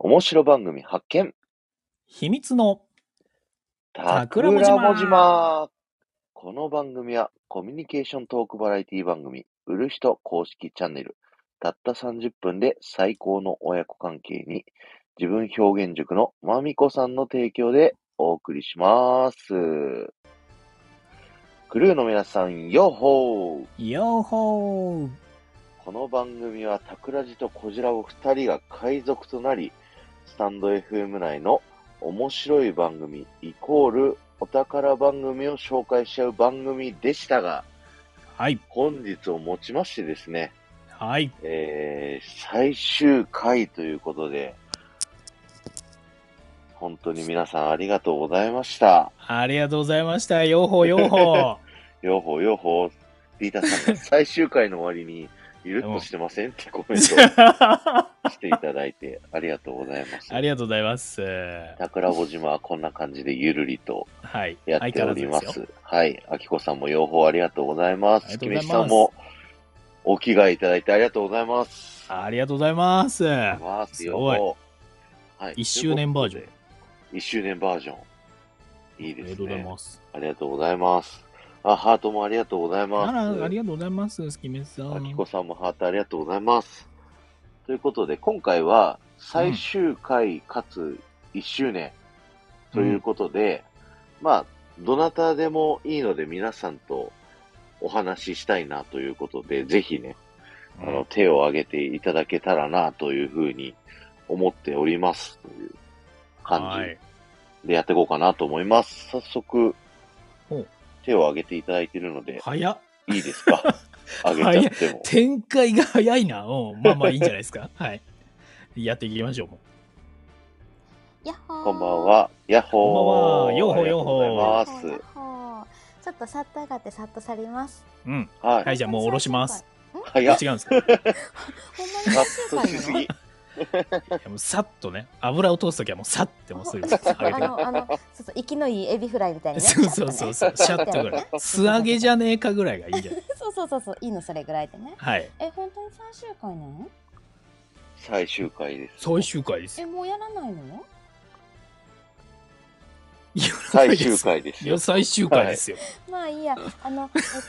面白番組発見。 秘密の桜も島。この番組はコミュニケーショントークバラエティ番組、売る人公式チャンネル、たった30分で最高の親子関係に、自分表現塾のまみこさんの提供でお送りします。クルーの皆さん、ヨッホー。 ヨッホー。 この番組はタクラジとコジラボ2人が海賊となり、スタンド FM 内の面白い番組イコールお宝番組を紹介しちゃう番組でしたが、 はい。 本日をもちましてですね、 はい。 最終回ということで、本当に皆さんありがとうございました。 ありがとうございました。ヨッホーヨッホー。 ヨッホーヨッホー。リータさんが最終回の終わりにゆるっとしてませんってコメントをしていただいてありがとうございます。 ありがとうございます。 桜穂島はこんな感じでゆるりとやっております。はい。あきこさんも養蜂ありがとうございます。きめしさんもお着替えいただいてありがとうございます。 ありがとうございます。 すごい。 はい。1周年バージョン。 1周年バージョン。いいですね。 ありがとうございます。 ありがとうございます。あ、ハートもありがとうございます。 ありがとうございます、きめさん。 あきこさんもハートありがとうございます。ということで、今回は最終回かつ1周年ということで、まあ、どなたでもいいので皆さんとお話ししたいなということで、ぜひね、手を挙げていただけたらなというふうに思っておりますという感じでやっていこうかなと思います。早速、手を挙げていただいているので、 早っ。 いいですか？挙げちゃっても。 展開が早いな。まあまあいいんじゃないですか。はい。やっていきましょう。 やっほー。 こんばんは。やっほー。 こんばんは。ようほーようほー。 ちょっとさっと上がってさっと去ります。 はい。じゃあもう下ろします。 違うんですか？ ほんまにさっとしすぎ。 もうさっとね、油を通すときはもうさってもうすぐ上げてそう息のいいエビフライみたいなね。 そうシャッとぐらい。素揚げじゃねえかぐらいがいいんじゃない？ そういいのそれぐらいでね。 はい。 本当に最終回なの？ 最終回です。 最終回です。 もうやらないの？ 最終回ですよ。 いや最終回ですよ。 まあいいや。ズーム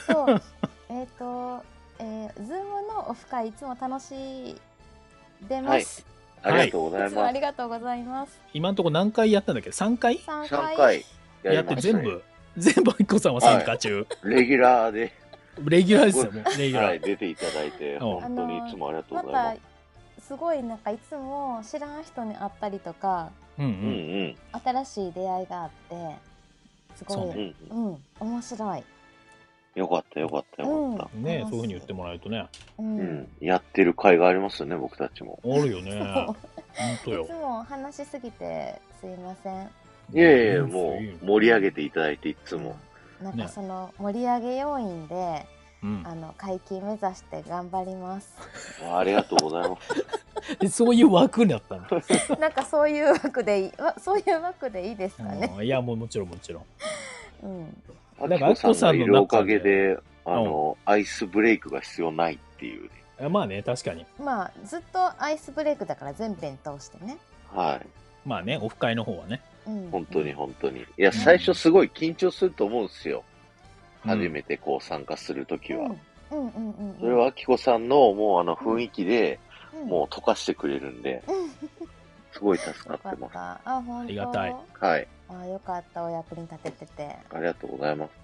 のオフ会いつも楽しでます。 ありがとうございます。 ありがとうございます。 今のところ何回やったんだっけ？3回 ？3回やって全部あきこさんは参加中。 レギュラーで。 レギュラーですよ、もう。レギュラー。 出ていただいて、本当にいつもありがとうございます。 すごいなんかいつも知らん人に会ったりとか、新しい出会いがあって、すごい、面白い。 よかった。 ね、そういう風に言ってもらえるとね。 やってる会がありますよね、僕たちも。 あるよね。本当よ。 いつも話しすぎてすいません。 いやもう盛り上げていただいていつも。 なんかその盛り上げ要員で、解禁目指して頑張ります。 ありがとうございます。 そういう枠だったの。 なんかそういう枠でいい、そういう枠でいいですかね。 いやもうもちろん。 なんかあきこさんのいるおかげでアイスブレイクが必要ないっていうね。まあね、確かに。 まあずっとアイスブレイクだから全編通してね。 はい。 まあね、オフ会の方はね。 本当に。いや、最初すごい緊張すると思うんですよ。初めてこう参加するときは。それはあきこさんのもう雰囲気で、もう溶かしてくれるんで、すごい助かってます。 ありがたい。 はい。 よかった、お役に立ててて。 ありがとうございます。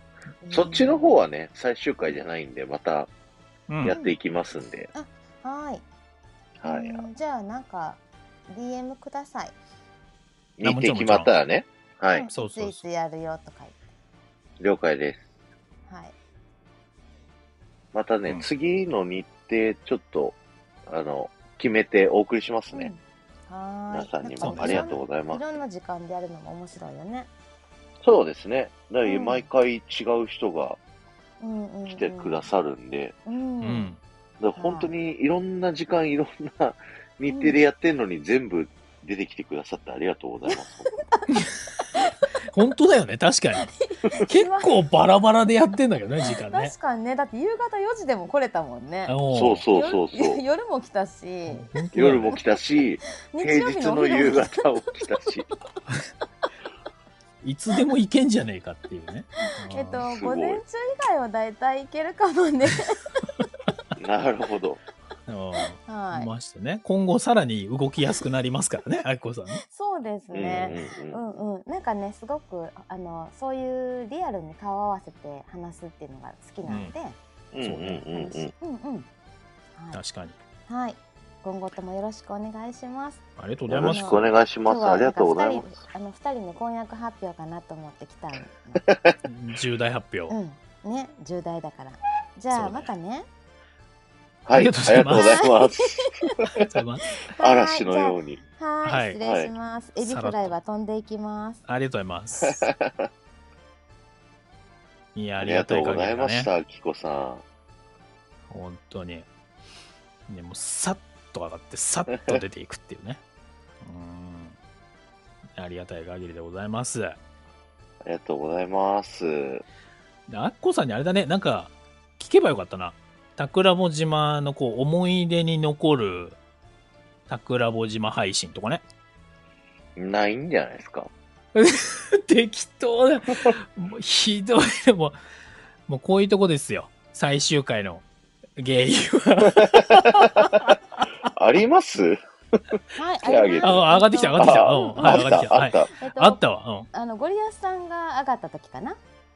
そっちの方はね、最終回じゃないんで、またやっていきますんで。 はい。じゃあなんか DM ください。 日程決まったらね。はい。 いつやるよとか言って。 了解です。 はい。 またね、次の日程ちょっと決めてお送りしますね。皆さんにもありがとうございます。 いろんな時間でやるのも面白いよね。 そうですね。だから毎回違う人が来てくださるんで、だから本当にいろんな時間、いろんな日程でやってんのに全部出てきてくださってありがとうございます。 本当だよね、確かに。結構バラバラでやってんだけどね、時間ね。 確かにね、だって夕方4時でも来れたもんね。 そう。 夜も来たし、 夜も来たし、平日の夕方も来たし。 いつでも行けんじゃねえかっていうね。 午前中以外はだいたい行けるかもね。 なるほど。 はい。 ましてね。今後さらに動きやすくなりますからね、あきこさんね。 そうですね。なんかね、すごくそういうリアルに顔合わせて話すっていうのが好きなので、 確かに。 はい。今後ともよろしくお願いします。 ありがとうございます。 よろしくお願いします。ありがとうございます。 2人の婚約発表かなと思ってきたの。 重大発表。 ね、重大だから。じゃあまたね。 はい、ありがとうございます。嵐のように。 はい、失礼します。エビフライは飛んでいきます。 ありがとうございます。いや、 ありがとうございました、きこさん。 本当に。ね、もうさっと上がって、さっと出ていくっていうね。ありがたい限りでございます。 ありがとうございます。 あっこさんにあれだね、なんか、聞けばよかったな。桜穂島のこう思い出に残る桜穂島配信とかね。 ないんじゃないですか。 適当だ。もうひどい。もうこういうとこですよ。最終回の原因は。 あります？ はい、 上がってきた。あったわ。 ゴリアスさんが上がった時かな。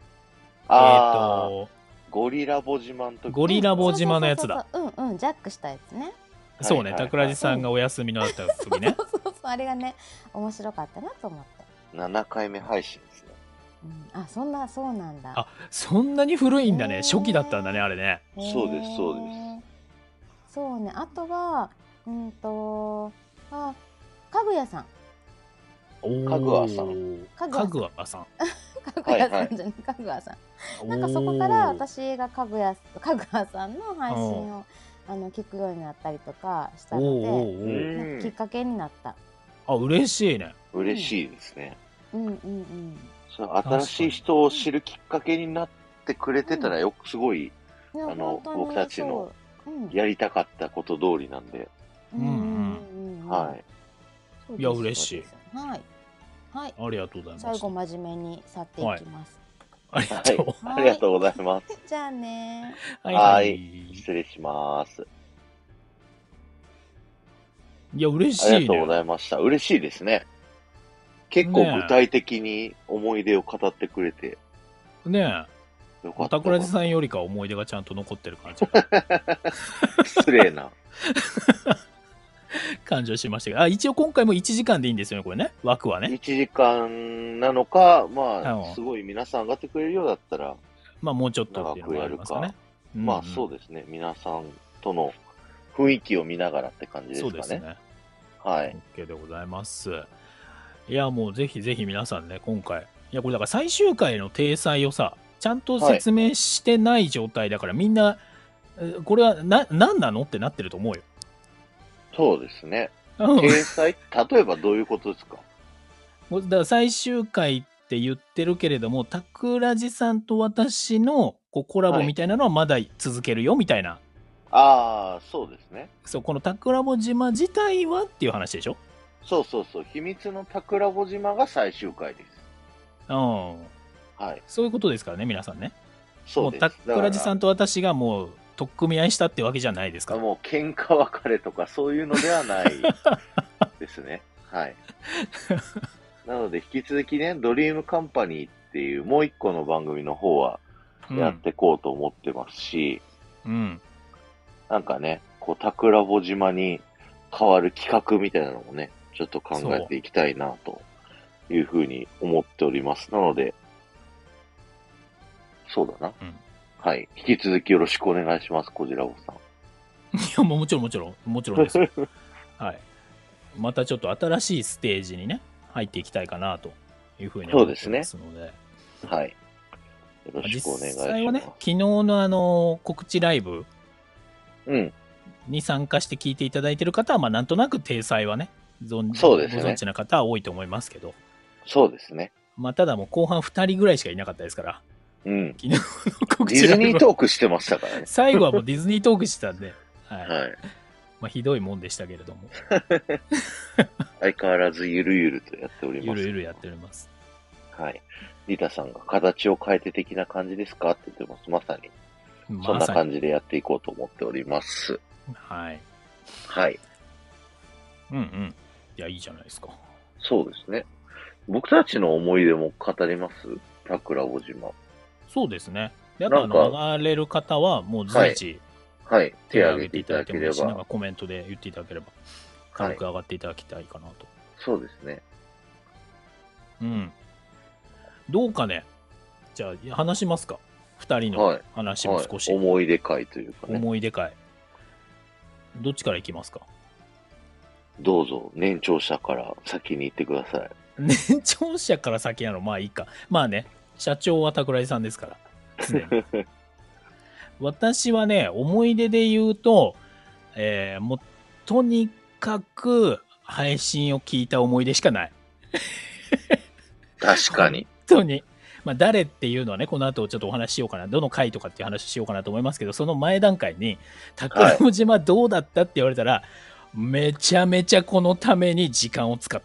ゴリラボ島の時。 ゴリラボ島のやつだ。 ジャックしたやつね。 そうね、桜地さんがお休みのあった時ね。 そう、あれがね、面白かったなと思って。 7回目配信ですね。 そうなんだ。 あ、そんなに古いんだね。初期だったんだね、あれね。 そうです。 そうね、あとは、かぐやさん。 かぐわさんじゃない、かぐわさん。なんかそこから私がかぐわさんの配信を聞くようになったりとかしたので、きっかけになった。 嬉しいね。 嬉しいですね。新しい人を知るきっかけになってくれてたらすごい、僕たちのやりたかったこと通りなんで。はい。 いや、嬉しい。 はい。 ありがとうございます。 最後真面目に去っていきます。 ありがとうございます。 じゃあね。 はい。失礼します。 いや、嬉しいね。 ありがとうございました。嬉しいですね。結構具体的に思い出を語ってくれて。 ねえ。桜地さんよりか思い出がちゃんと残ってる感じ。 失礼な。 感情しましたが、一応今回も1時間でいいんですよね、これね、枠はね。 1時間なのか、すごい皆さん上がってくれるようだったら、 もうちょっとっていうのがありますかね。 そうですね、皆さんとの雰囲気を見ながらって感じですかね。そうですね。はい。 OK でございます。いや、もうぜひぜひ皆さんね、今回、いや、これだから最終回の体裁をさ、ちゃんと説明してない状態だから、みんな、これは何なのってなってると思うよ。 そうですね。体裁例えばどういうことですか？ だから最終回って言ってるけれども、桜地さんと私のコラボみたいなのはまだ続けるよみたいな。 そうですね。 そう、この桜穂島自体はっていう話でしょ？ そう。秘密の桜穂島が最終回です。はい。 そういうことですからね、皆さんね。 そうです。 もう桜地さんと私がもう取っ組み合いしたってわけじゃないですか。 もう喧嘩別れとかそういうのではないですね。はい。なので引き続きね、ドリームカンパニーっていうもう一個の番組の方はやっていこうと思ってますし、なんかね、桜穂島に変わる企画みたいなのもね、ちょっと考えていきたいなというふうに思っております。なので、そうだな。はい。引き続きよろしくお願いします、こじらぼさん。 いや、もちろんですよ。はい。またちょっと新しいステージにね、入っていきたいかなというふうに思ってますので。 はい。よろしくお願いします。 実際はね、昨日の告知ライブに参加して聞いていただいている方は、なんとなく体裁はね、ご存知な方は多いと思いますけど。 そうですね。 まあ、ただもう後半2人ぐらいしかいなかったですから、 うん。 昨日の告ディ知ズニートークしてましたからね。 最後はもうディズニートークしてたんで、はい。 はい。 まあ、ひどいもんでしたけれども。 相変わらずゆるゆるとやっております。 ゆるゆるやっております。 はい。リタさんが形を変えて的な感じですかって言ってます。まさに。そんな感じでやっていこうと思っております。 はい。 はい。 うんうん。いや、いいじゃないですか。 そうですね。僕たちの思い出も語ります桜尾島。 そうですね。で、あと上がれる方はもう随時、 はい、手を挙げていただければ。 なんかコメントで言っていただければ、軽く上がっていただきたいかなと。 そうですね。 うん。どうかね。じゃあ、話しますか。二人の話も少し、 思い出会というかね。 思い出会。どっちからいきますか。 どうぞ、年長者から先に言ってください。 年長者から先なの、まあいいか。まあね、社長は桜井さんですから。常に。私はね、思い出で言うと、もう、とにかく配信を聞いた思い出しかない。 確かに。 本当に。まあ、誰っていうのはね、この後ちょっとお話ししようかな。どの回とかっていう話しようかなと思いますけど、その前段階に、桜島どうだったって言われたら、めちゃめちゃこのために時間を使った。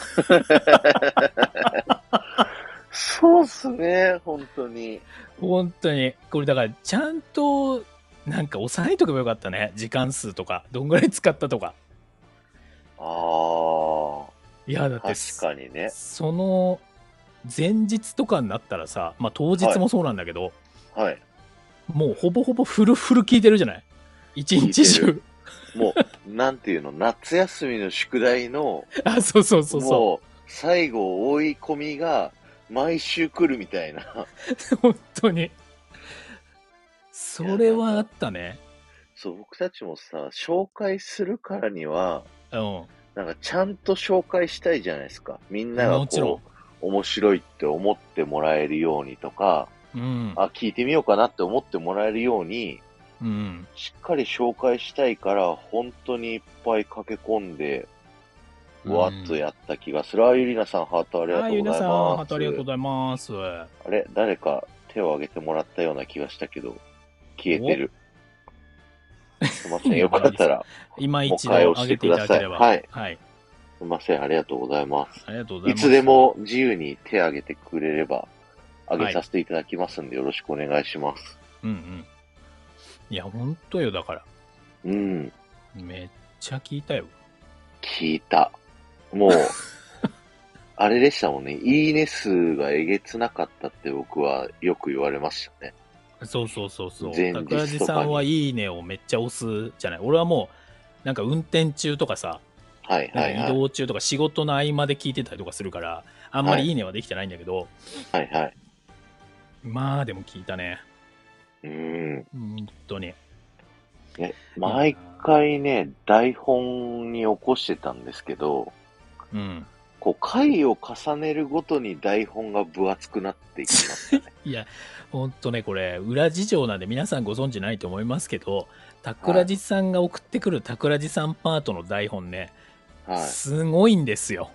そうっすね、本当に。 本当に。これだから、ちゃんと、なんか押さえとけばよかったね。時間数とか、どんぐらい使ったとか。 ああ。 いや、だって、 確かにね。 その、前日とかになったらさ、まあ当日もそうなんだけど、 はい。 もうほぼほぼフルフル聞いてるじゃない？一日中。 もう、なんていうの、夏休みの宿題の、 あ、そうそうそうそう。 もう、最後追い込みが毎週来るみたいな。 本当に。それはあったね。 そう、僕たちもさ、紹介するからには、 うん。 なんかちゃんと紹介したいじゃないですか。みんながもちろんこう、面白いって思ってもらえるようにとか、 うん。 あ、聞いてみようかなって思ってもらえるように、 うん。 しっかり紹介したいから、本当にいっぱい駆け込んで、わっとやった気がする。あ、ゆりなさん、ハートありがとうございます。 ゆりなさん、ハートありがとうございます。 あれ誰か手を挙げてもらったような気がしたけど、消えてる。すいません。よかったら、 今一度上げていただければ。 はい。 はい。 すいません。ありがとうございます。 ありがとうございます。 いつでも自由に手を挙げてくれれば、挙げさせていただきますんで、よろしくお願いします。 うんうん。いや、ほんとよ、だから。 うん。 めっちゃ聞いたよ。 聞いた。もう、あれでしたもんね。いいね数がえげつなかったって僕はよく言われましたね。 そうそうそうそう。 桜地さんはいいねをめっちゃ押すじゃない。俺はもう、なんか運転中とかさ、 はいはいはい、 移動中とか仕事の合間で聞いてたりとかするから、あんまりいいねはできてないんだけど、 はいはい。 まあでも聞いたね。 本当に。 毎回ね、台本に起こしてたんですけど、 うん。 こう、回を重ねるごとに台本が分厚くなっていきますね。 いや、ほんとね、これ、裏事情なんで皆さんご存知ないと思いますけど、桜地さんが送ってくる桜地さんパートの台本ね、はい、すごいんですよ。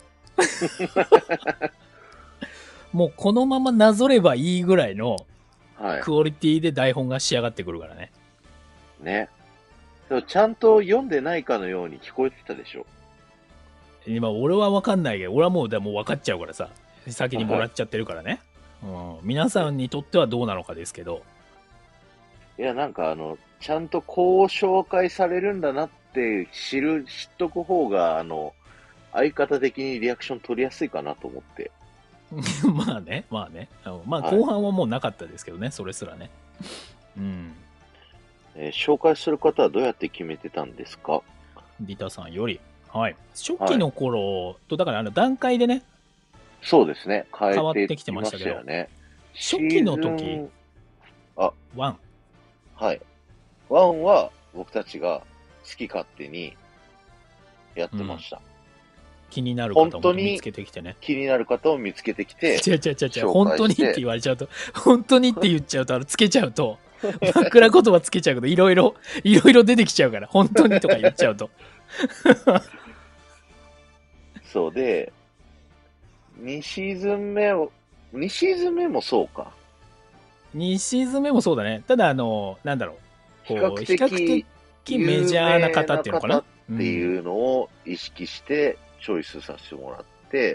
もうこのままなぞればいいぐらいのクオリティで台本が仕上がってくるからね。 ね。でもちゃんと読んでないかのように聞こえてたでしょ。 今、俺は分かんないけど、俺はもうでも分かっちゃうからさ、先にもらっちゃってるからね。皆さんにとってはどうなのかですけど。 いや、なんかちゃんとこう紹介されるんだなって知っとく方が、相方的にリアクション取りやすいかなと思って。 まあね。まあ後半はもうなかったですけどね、それすらね。うん。 紹介する方はどうやって決めてたんですか？ リタさんより。はい。初期の頃と、だから段階でね。 そうですね。 変わってきてましたけど。 ね、 初期の時。1。 はい。1は僕たちが好き勝手にやってました。 気になる方を見つけてきてね。 気になる方を見つけてきて。 違う。本当にって言われちゃうと、本当にって言っちゃうと、つけちゃうと、枕言葉つけちゃうけど、いろいろ出てきちゃうから、本当にとか言っちゃうと。 そうで、 2シーズン目もそうか。 2シーズン目もそうだね。ただ、なんだろう。 比較的メジャーな方っていうのかなっていうのを意識してチョイスさせてもらって、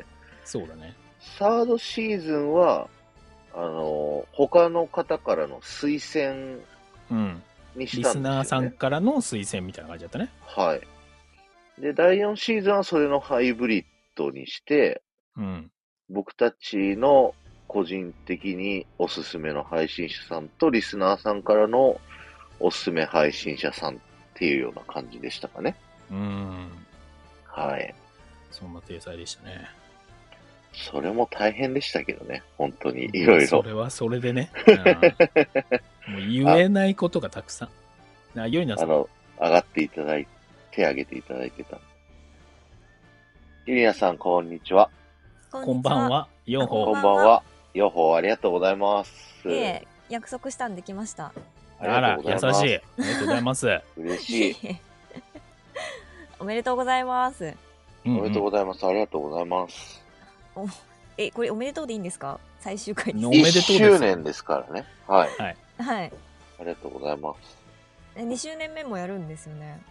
そうだね。 サードシーズンは、他の方からの推薦にしたんですよね。 リスナーさんからの推薦みたいな感じだったね。 はい。で、第4シーズンはそれのハイブリッドにして、僕たちの個人的におすすめの配信者さんとリスナーさんからのおすすめ配信者さんっていうような感じでしたかね。はい。 そんな体裁でしたね。 それも大変でしたけどね、本当にいろいろ。 それはそれでね。もう言えないことがたくさん。ゆりなさん。 上がっていただいて、手挙げていただいてた。ゆりなさん、こんにちは。 こんばんは。4歩。 こんばんは。4歩ありがとうございます。 約束したんで来ました。 あら、優しい。ありがとうございます。 嬉しい。 おめでとうございます。 おめでとうございます。ありがとうございます。 これおめでとうでいいんですか？最終回です。 おめでとうです。 1周年ですからね。はい。 はい。 ありがとうございます。 2周年目もやるんですよね。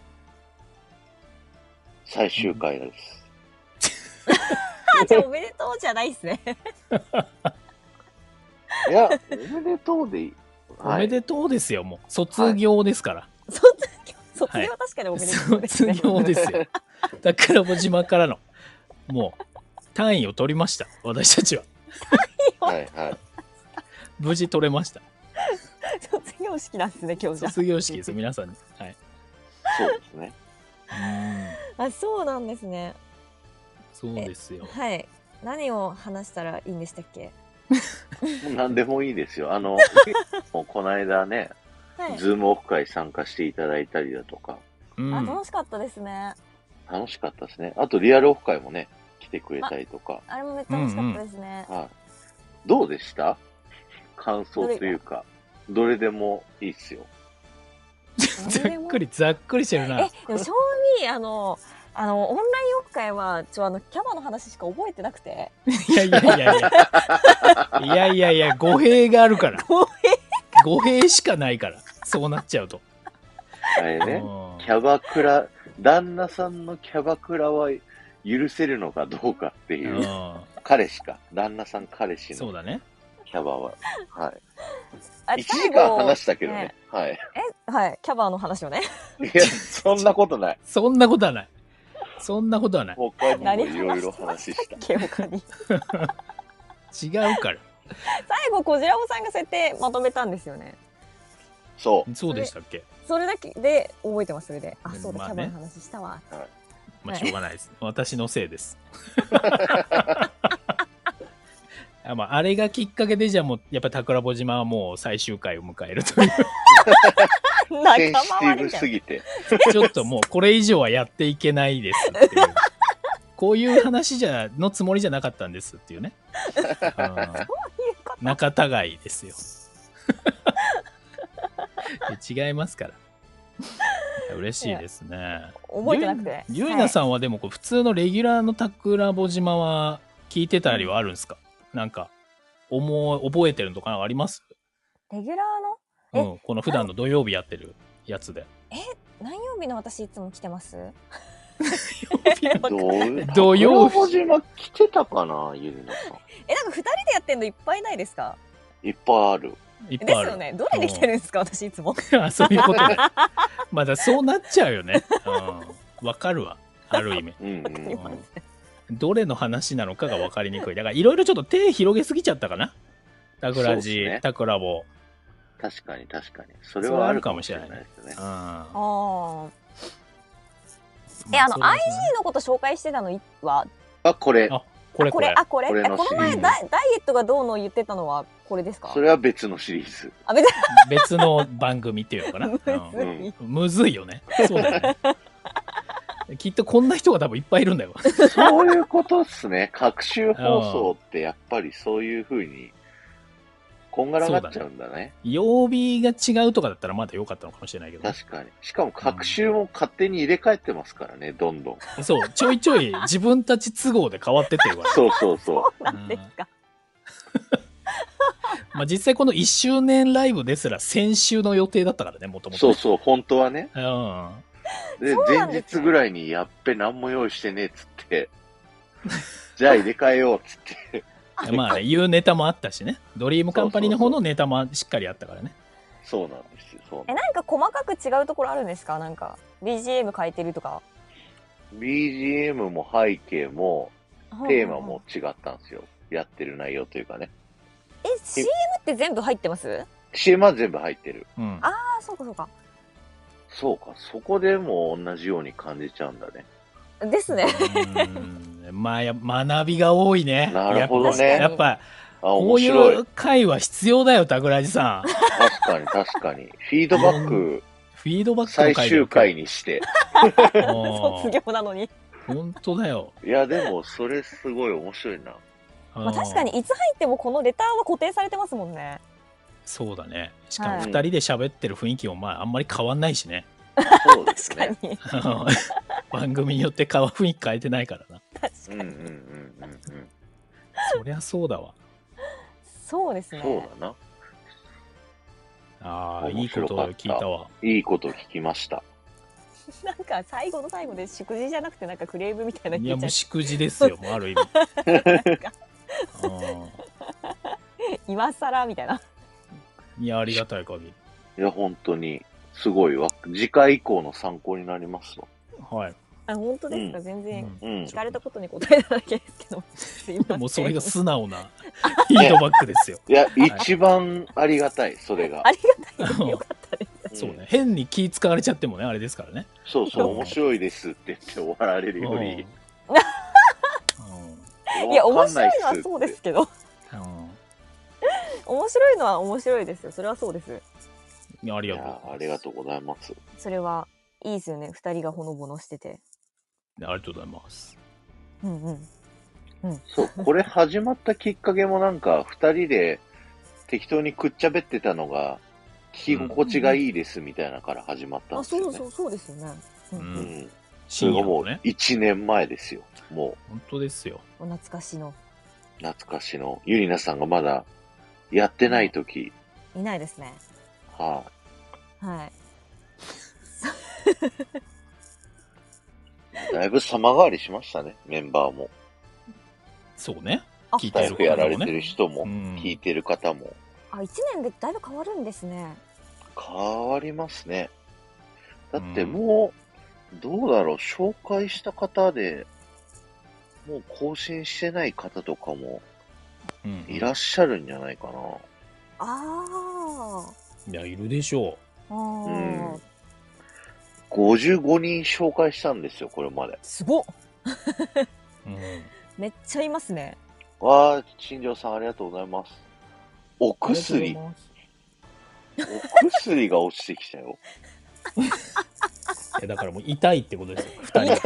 最終回です。 じゃあおめでとうじゃないっすね。 いや、おめでとうでいい。 おめでとうですよ、もう。卒業ですから。 卒業は確かにおめでとうですね。 卒業ですよ。桜穂島からの、もう、単位を取りました。私たちは。 はいはい。 無事取れました。 卒業式なんですね、今日じゃ。 卒業式です、皆さんに。はい。 そうですね。 あ、そうなんですね。 そうですよ。 はい。何を話したらいいんでしたっけ？ もう何でもいいですよ。もうこの間ね、ズームオフ会参加していただいたりだとか。 楽しかったですね。 楽しかったですね。あとリアルオフ会もね、来てくれたりとか。 あれもめっちゃ楽しかったですね。 どうでした？感想というか、どれでもいいっすよ。 ざっくりしてるな。 でも正味オンラインオフ会はキャバの話しか覚えてなくて。 いや、語弊があるから。語弊しかないから。そうなっちゃうと。 あれね、旦那さんのキャバクラは許せるのかどうかっていう。旦那さん彼氏の。 そうだね。 キャバは。はい。1時間話したけどね。はい。 はい。キャバの話をね。 いや、そんなことない。 そんなことはない。 他にもいろいろ話した。 他に。 違うから。 最後、こじらぼさんがそうやってまとめたんですよね。 そうでしたっけ？ それだけで覚えてます、それで。あ、そうだ、キャバの話したわ。 まあ、しょうがないです。私のせいです。あれがきっかけで、じゃあもう、やっぱ桜穂島はもう最終回を迎えるという。 センシティブすぎて。 ちょっともうこれ以上はやっていけないですっていう。こういう話のつもりじゃなかったんですっていうね。仲違いですよ。違いますから。嬉しいですね。 覚えてなくて。 ゆいなさんはでも普通のレギュラーの桜穂島は聞いてたりはあるんですか？なんか覚えてるのとかあります？ レギュラーの？ この普段の土曜日やってるやつで。 何曜日の私いつも来てます？ 土曜日。 桜穂島来てたかな、ゆりなさん。 なんか2人でやってんのいっぱいないですか？ いっぱいある。 ですよね。どれで来てるんですか、私いつも。 そういうことね。まだそうなっちゃうよね。わかるわ。ある意味。どれの話なのかが分かりにくい。だからいろいろちょっと手広げすぎちゃったかな。桜地、桜穂。 確かに。それはあるかもしれないですね。 IG のこと紹介してたのは、 これ。 この前ダイエットがどうの言ってたのはこれですか？ それは別のシリーズ。 別の番組っていうのかな。むずいよね。そうだね。きっとこんな人が多分いっぱいいるんだよ。 そういうことっすね。各週放送ってやっぱりそういう風にこんがらがっちゃうんだね。 曜日が違うとかだったらまだ良かったのかもしれないけど、ね。 確かに。しかも各週も勝手に入れ替えてますからね、どんどん。 そう、ちょいちょい自分たち都合で変わってってるから。 そうそうそなんですか。 まあ実際この1周年ライブですら先週の予定だったからね、もとう。 もと。 そうそう、本当はね。 うん。 で、 そうなんですね前日ぐらいにやっべ、何も用意してねえっつって、じゃあ入れ替えようっつって。 まあね、いうネタもあったしね。ドリームカンパニーの方のネタもしっかりあったからね。 そうなんですよ。そうなんなんか細かく違うところあるんですか？なんか BGM 変えてるとか。 BGM も背景もテーマも違ったんですよ。やってる内容というかね。 CM って全部入ってます？ CM は全部入ってる。 うん。 あ、そうかそうか。 そうか、そこでも同じように感じちゃうんだね。 ですね。 まあ学びが多いね。 なるほどね。 やっぱ、 あ、 こうい面白い。 う会話必要だよ、桜地さん。 確かに確かに。フィードバック、 フィードバック最の会終回にして。 卒業なのに。 本当だよ。 いや、でも、それすごい面白いな。 まあ確かにいつ入ってもこのレターは固定されてますもんね。 そうだね。しかもはい二人で喋ってる雰囲気もまああんまり変わんないしね。 そうです確かね。 に。 番組によって雰囲気変えてないからな。 確うんうんかに。 うんそりゃそうだわ。 そうですうん。そうね。 だな。 ああ、いいこと面白かった聞いたわ。 いいこと聞きました。 なんか最後の最後で祝辞じゃなくてなんかクレームみたいない聞や、 いちゃっもう祝辞ですよ、もうある意味。 今更みたいな。 いや、ありがたい限り。 いや、本当に、すごいわ。次回以降の参考になりますわ。 はい。 あ、本当ですか？ うん全然うん。 聞かれたことに答えただけですけど。すいませんもうそれが素直なフィードバックですよ。 いや、一番ありがたい、それがあ。りがたいです。よかったです。 そうね。変に気使われちゃってもね、あれですからね。 そうそう、面白いですって言って終わられるより。 いや、面わかん白いのはっつってそうですけど。 うん。 面白いのは面白いですよ。それはそうです。 いや、ありいやがとう。 ありがとうございます。 それはいいですよね。二人がほのぼのしてて。 ありがとうございます。 うんうん。 そう、これ始まったきっかけもなんか、二人で適当にくっちゃべってたのが、聞き心地がいいですみたいなから始まったんあ、 ですよね。 そうですよね。 う。 うんん。そ深れがもう夜のね。 1年前ですよ。も本当ですよ。 お懐かしの。 う、懐かしの。ゆりなさんがまだやってない時、 いないですね。 はい、 はい。 だいぶ様変わりしましたね、メンバーも。 そうね。 あ聞いスタイフやられてねる人も、 うん聞いてる方も、 あ、一年でだいぶ変わるんですね。 変わりますね。だってもう、どうだろう、紹介した方で、もう更新してない方とかもうんいらっしゃるんじゃないかな。 あいや、いるでしょあ。 うん55人紹介したんですよ、これまで。 すごっ。 う。うん。 めっちゃいますね。 わあ、新庄さんありがとうございます。お薬、 ありがとうございます。 お薬が落ちてきたよ。 だからもう痛いってことですよ、二人が。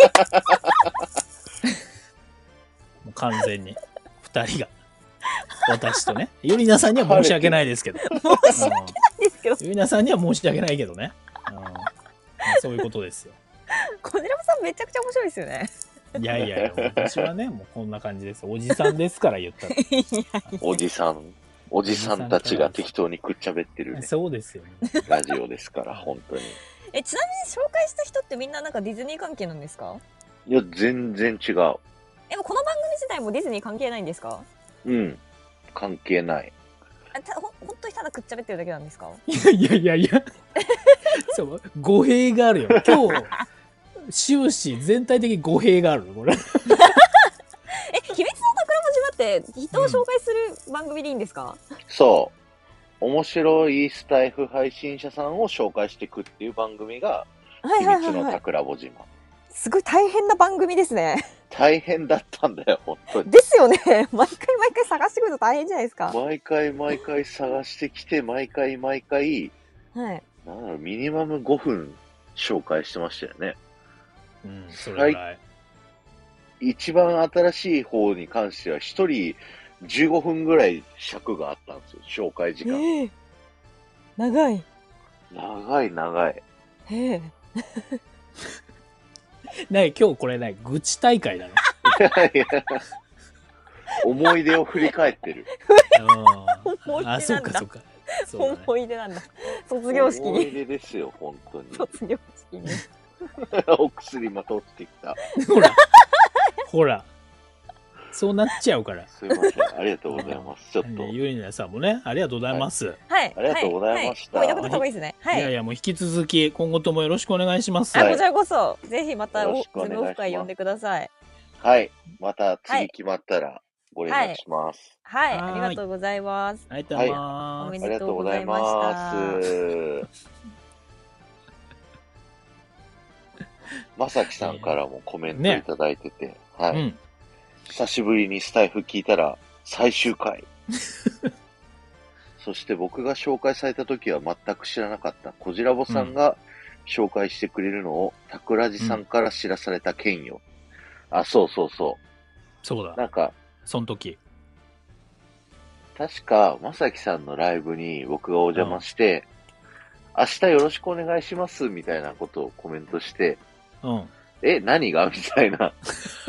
もう完全に。二人が。私とね。ゆりなさんには申し訳ないですけど。 申し訳ないですけど、 ゆりなさんには申し訳ないけどね。そういうことですよ。 小寺さんめちゃくちゃ面白いですよね。 いやいやいや、私はね、もうこんな感じです。おじさんですから言ったら。 おじさんたちが適当にくっちゃべってる、ね、 そうですよ、ね。 ラジオですから、本当に。 ちなみに紹介した人ってみんななんかディズニー関係なんですか？ いや、全然違う。 でもこの番組自体もディズニー関係ないんですか？ うん。関係ない。 ほんとにただくっちゃべってるだけなんですか？ いやいやいやいや。そう、語弊があるよ。今日、終始全体的に語弊があるの、これ。 秘密の宝島って人を紹介する番組でいいんですか？ そう。面白いスタイフ配信者さんを紹介していくっていう番組が、 はい秘密のはいはいはい。 宝穂島。 すごい大変な番組ですね。 大変だったんだよ、本当に。 ですよね。毎回毎回探してくると大変じゃないですか。 毎回毎回探してきて、毎回毎回、 はい。 なんだろう、ミニマム5分紹介してましたよね。 うん、それぐらい。 一番新しい方に関しては、一人 15分ぐらい尺があったんですよ、紹介時間。 長い。 長い長い。 へえ。 ね、今日これね、愚痴大会なの。 いや思い出を振り返ってる。 思い出なんだ。 あ、そうかそうか。そうだね、 思い出なんだ。卒業式思いに。 出ですよ、本当に。 卒業式に。 お薬また落ちてきた。 ほら、ほら。そうなっちゃうから。 すいません、ありがとうございます。ちょっと。 ゆりなさんもね、ありがとうございます。 はい。 ありがとうございました。 もういなくなった方がいいですね。はい。 いやいや、もう引き続き、今後ともよろしくお願いします。 こちらこそ、ぜひまた、 よろしくお願いしますズムオフ会呼んでください。 はい。また次決まったらご連絡します。 はい。 はいありがとうございます。 ありがとうございます。 おめありがでとうござとうございいました。 ます。まさきさんからもコメントいただいてて、はい、 うん。 久しぶりにスタイフ聞いたら最終回。そして僕が紹介された時は全く知らなかったこじらぼさんが紹介してくれるのをタクラジさんから知らされた件よ。あ、そうそうそそうう。なだ。 んか、 その時。 確か、まさきさんのライブに僕がお邪魔して、明日よろしくお願いしますみたいなことをコメントして、 うん。 何がみたいな。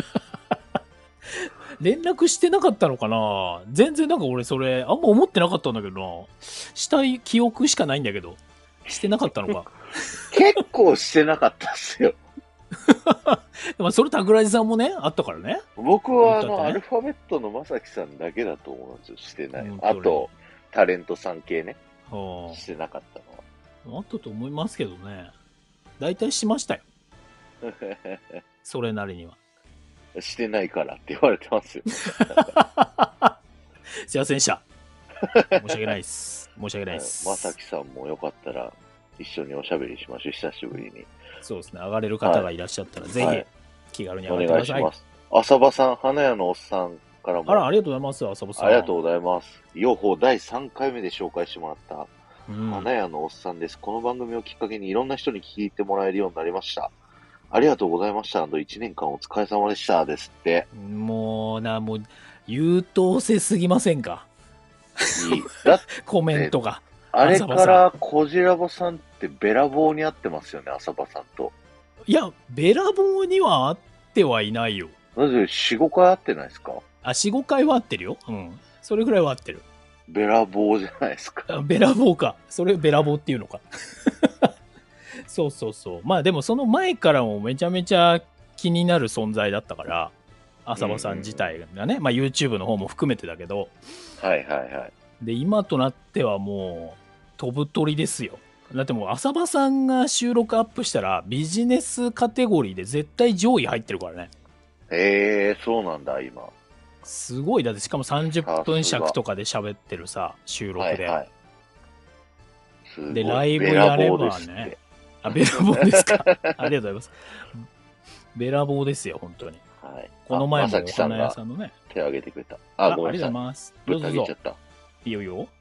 連絡してなかったのかな。全然なんか俺それ、あんま思ってなかったんだけどな。したい記憶しかないんだけど。してなかったのか。 結構してなかったっすよ。 まあそれ桜地さんもね、あったからね。 僕はだってねアルファベットのまさきさんだけだと思うんですよ。してない本。当にあと、タレントさん系ね。 はしてなかったのは。 あったと思いますけどね。大体しましたよ。それなりには。 してないからって言われてますよ。 すいませんでした。申し訳ないです。申し訳ないです。 まさきさんもよかったら一緒におしゃべりしましょう。久しぶりに。 そうですね。上がれる方がいらっしゃったら、ぜはいひ気軽にお上がってください。 願いします。浅場さん、花屋のおっさんからも。 あら、ありがとうございます、浅尾さん。 ありがとうございます。養蜂第3回目で紹介してもらった、 うん花屋のおっさんです。この番組をきっかけにいろんな人に聞いてもらえるようになりました。ありがとうございました。1年間お疲れ様でしたですって。 もう、優等生すぎませんか。 いい。だってコメントが。 あれからこじらぼさんってべらぼうに会ってますよね、浅場さんと。 いや、べらぼうには会ってはいないよ。 なぜ4、5回会ってないですか？ あ、4、5回は会ってるよ。うん。それぐらいは会ってる。 べらぼうじゃないですか。 あ、べらぼうか。それべらぼうっていうのか。そうそうそう。まあでもその前からもめちゃめちゃ気になる存在だったから、浅場さん自体がね、まあ YouTube の方も含めてだけど、 はいはいはい。 で、今となってはもう飛ぶ鳥ですよ。だってもう浅場さんが収録アップしたらビジネスカテゴリーで絶対上位入ってるからね。 そうなんだ、今。 すごい。だってしかも30分尺とかで喋ってるさ、収録で。 はいはい。すごいで、ライブやればべらぼうですってね。あ、べらぼうですか。ありがとうございます。べらぼうですよ、本当に。 はい。 この前もまさきさんお花屋がさんのね。 手を挙げてくれた。 あ、 ごめんなさい。 ありがとうございます。どうぞどうぞぶった切っちゃっ。た。 いいよいいよ。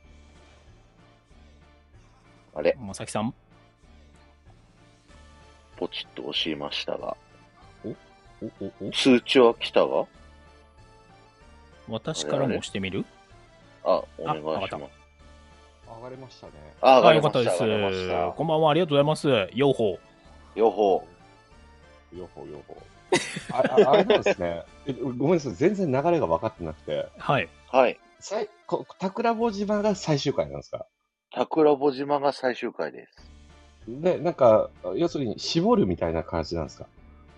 あれ、 まさきさん。 ポチッと押しましたが。 お通知は来たが私からも押してみる？ お願いしわかっます。 上がりましたね。 上があ、 りました。 よかったです。 上がりました。 こんばんは、ありがとうございます。ようほ両方。 よほよほ。あれなんですね。ごめんなさい。全然流れが分かってなくて。 う。はい。 はい。 桜坊島が最終回なんですか？ 桜穂島が最終回です。 で、なんか、要するに絞るみたいな感じなんですか？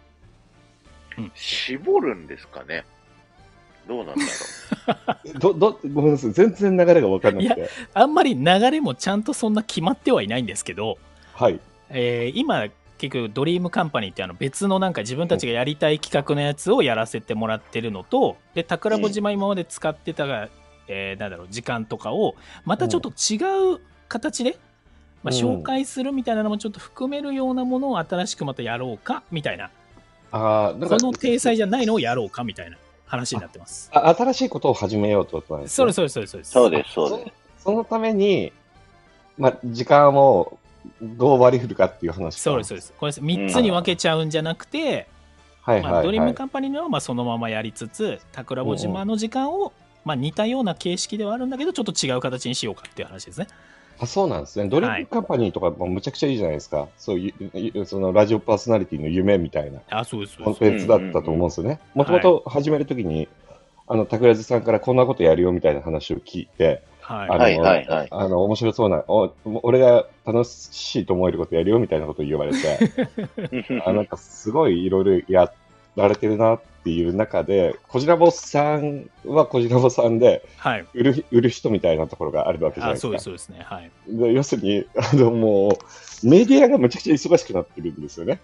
絞るんですかね。どうなんだごめんなさい。全然流れが分かんなくて。 あんまり流れもちゃんとそんな決まってはいないんですけど、 はい。 今、結局、ドリームカンパニーって別のなんか自分たちがやりたい企画のやつをやらせてもらってるのと、で、桜穂島今まで使ってたが、時間とかを、またちょっと違う形で、紹介するみたいなのもちょっと含めるようなものを新しくまたやろうか、みたいな。 ここの体裁じゃないのをやろうか、みたいな話になってます。 新しいことを始めようってことなんですね。 そうです、そうです、そうです。 そうです、そうです。 そのために、時間をどう割り振るかっていう話。 そうです、そうです。これ3つに分けちゃうんじゃなくて、 はいはいはい。 ドリームカンパニーのはそのままやりつつ、桜穂島の時間をまあ似たような形式ではあるんだけど、ちょっと違う形にしようかっていう話ですね。 あ、そうなんですね。ドリンクカンパニーとかもむちゃくちゃいいじゃないですか。そういう、そのラジオパーソナリティの夢みたいなあ、そうです、そうコンです。 テンツだったと思うんですよね。もともと始めるときに、タクラジさんからこんなことやるよみたいな話を聞いて、 はい。 面白そうな、俺が楽しいと思えることやるよみたいなことを言われて、なんかすごいいろいろやられてるなっていう中で、こじらぼさんはこじらぼさんで、 はい。 売る人みたいなところがあるわけじゃないあ、 ですか。 そうです、そうですね。はい。 で要するに、もう、メディアがむちゃくちゃ忙しくなってるんですよね。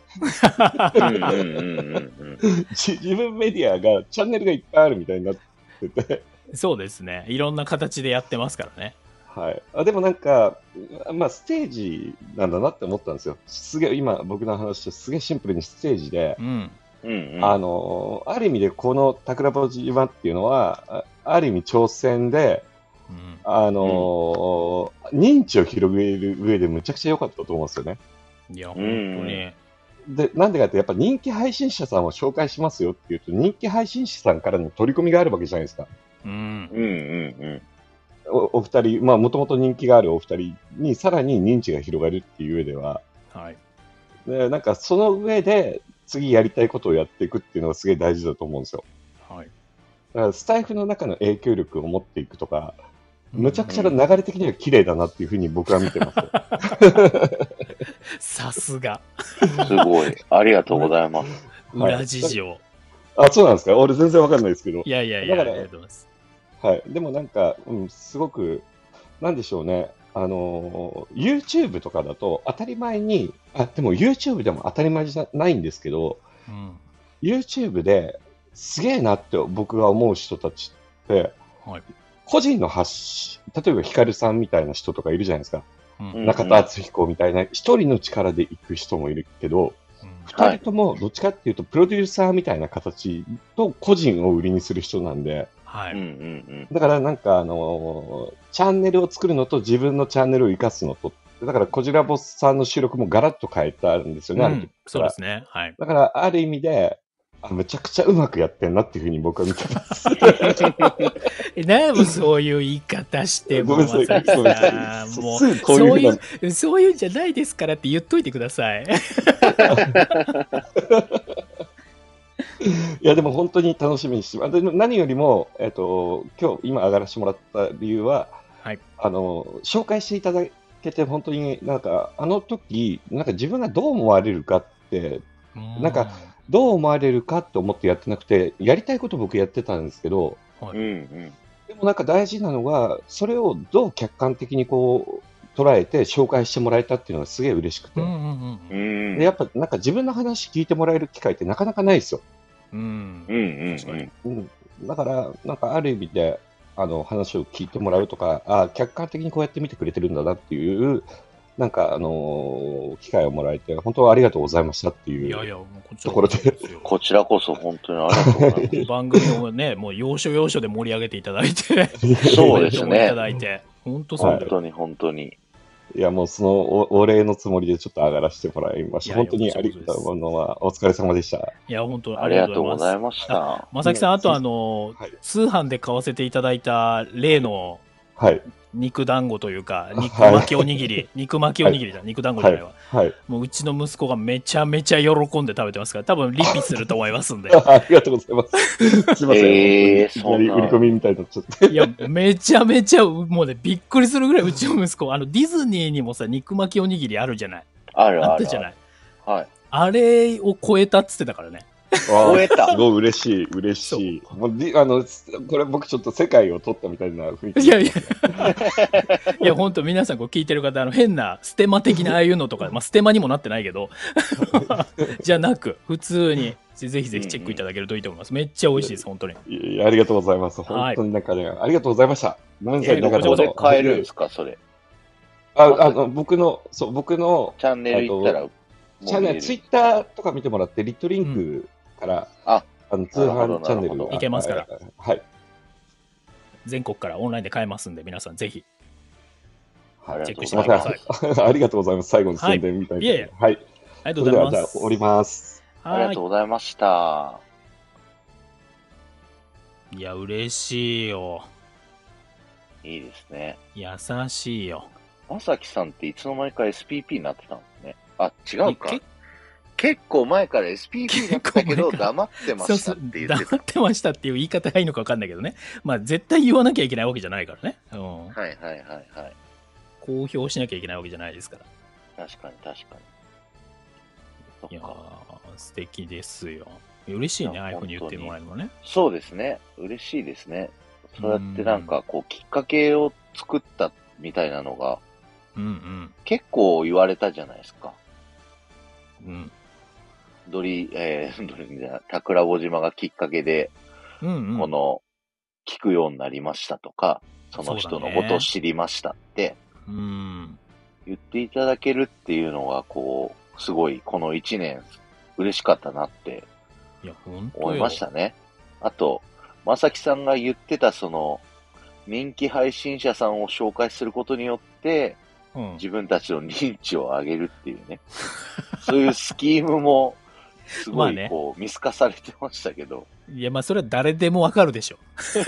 自分メディアが、チャンネルがいっぱいあるみたいになってて。 そうですね。いろんな形でやってますからね。 はい。でもなんか、まあ、ステージなんだなって思ったんですよ。すげえ、今、僕の話とすげえシンプルにステージで、ある意味でこの桜穂島っていうのは、ある意味挑戦で、認知を広げる上でむちゃくちゃ良かったと思うんですよね。 いや、本当に。 で、なんでかって、やっぱ人気配信者さんを紹介しますよっていうと、人気配信者さんからの取り込みがあるわけじゃないですか。お二人、まあ、もともと人気があるお二人にさらに認知が広がるっていう上では、 はい。 で、なんかその上で次やりたいことをやっていくっていうのがすげえ大事だと思うんですよ。 はい。 だからスタイフの中の影響力を持っていくとか、むちゃくちゃな流れ的には綺麗だなっていうふうに僕は見てますよ。 さすが。 すごい。ありがとうございます。 裏事情。 あ、そうなんですか。俺全然わかんないですけど。 いや、 だから、 ありがとうございます。 はい。でもなんか、すごく、なんでしょうね。YouTube とかだと当たり前に、でも YouTube でも当たり前じゃないんですけど、YouTube ですげえなって僕が思う人たちって、個人の発信、例えばヒカルさんみたいな人とかいるじゃないですか。中田敦彦みたいな一人の力で行く人もいるけど、二人ともどっちかっていうとプロデューサーみたいな形と個人を売りにする人なんで、だからなんかチャンネルを作るのと自分のチャンネルを生かすのと、だからこじらぼさんの収録もガラッと変えたんですよね、 そうですね。はい。 だからある意味で、むちゃくちゃうまくやってんなっていうふうに僕は見てます。 何もそういう言い方しても、 ごめんなさい。 もう、そういうんじゃないですからって言っといてください。 いや、でも本当に楽しみにしてます。何よりも、今日、今上がらせてもらった理由は、紹介していただけて、本当になんか、あの時、なんか自分がどう思われるかって、なんか、どう思われるかと思ってやってなくて、やりたいこと僕やってたんですけど、でもなんか大事なのが、それをどう客観的にこう捉えて紹介してもらえたっていうのがすげえ嬉しくて。でやっぱなんか自分の話聞いてもらえる機会ってなかなかないですよ。だから、なんかある意味で、話を聞いてもらうとか、客観的にこうやって見てくれてるんだなっていう、なんか、機会をもらえて、本当はありがとうございましたっていうところで。 こちらこそ本当にありがとうございます。 番組をね、もう要所要所で盛り上げていただいて、 そうですね。 いただいて、本当そう。 本当に。 いや、もうそのお礼のつもりでちょっと上がらせてもらいました。本当にありがとうございます。お疲れ様でした。 いや、本当ありがとうございました。 まさきさん、あと通販で買わせていただいた例の、肉団子というか、肉巻きおにぎり、肉巻きおにぎりだ、肉団子じゃないわ。もううちの息子がめちゃめちゃ喜んで食べてますから、多分リピすると思いますんで。 ありがとうございます。すいません。 そんな売り込みみたいになっちゃって。 いや、めちゃめちゃ、もうね、びっくりするぐらいうちの息子、ディズニーにもさ、肉巻きおにぎりあるじゃない。あったじゃない。あれを超えたっつってたからね。 超えた。 すごい嬉しい、嬉しい。もうこれ僕ちょっと世界を取ったみたいな雰囲気。 いやいや、いや本当皆さんこう聞いてる方、変なステマ的なああいうのとか、まあステマにもなってないけど、じゃなく普通にぜひぜひチェックいただけるといいと思います。めっちゃ美味しいです、本当に。 いやありがとうございます。本当になんかね、ありがとうございました。何歳だからここで買えるんですか、それ。 僕のチャンネル行ったら。 ツイッターとか見てもらって、リットリンクから、通販チャンネルいけますから。 はい。 全国からオンラインで買えますんで、皆さんぜひ。 チェックしてください。ありがとうございます。最後の宣伝みたいな。はい。 ありがとうございます。 じゃあ、終わります。 ありがとうございました。 いや、嬉しいよ。 いいですね。 優しいよ。 まさきさんっていつの間にか SPP になってたんですね。あ、違うかけ。 結構前から SPP だったけど、 結構黙ってましたっそうそう、 て言ってた。 黙ってましたっていう言い方がいいのか分かんないけどね。まあ、絶対言わなきゃいけないわけじゃないからね。うん。 はいはいはいはい。 公表しなきゃいけないわけじゃないですから。 確かに確かに。 いやそっか。 ー、素敵ですよ。嬉しいね、 いやああいうふうに言ってもらえるのね。 そうですね。嬉しいですね。そうやってなんかこう、きっかけを作ったみたいなのが、 うん結構言われたじゃないですか。 うん。うん。 ドリじゃない、桜穂島がきっかけで、 うんうん。 この、聞くようになりましたとか、その人のことを知りましたってうん。 言っていただけるっていうのが、こう、すごいこの1年嬉しかったなっていや、ほんと思いよ。 ましたね。あと、まさきさんが言ってたその、人気配信者さんを紹介することによって、 うん。 自分たちの認知を上げるっていうね。そういうスキームも、すごいまあねこう、見透かされてましたけど。 いや、まあ、それは誰でもわかるでしょ。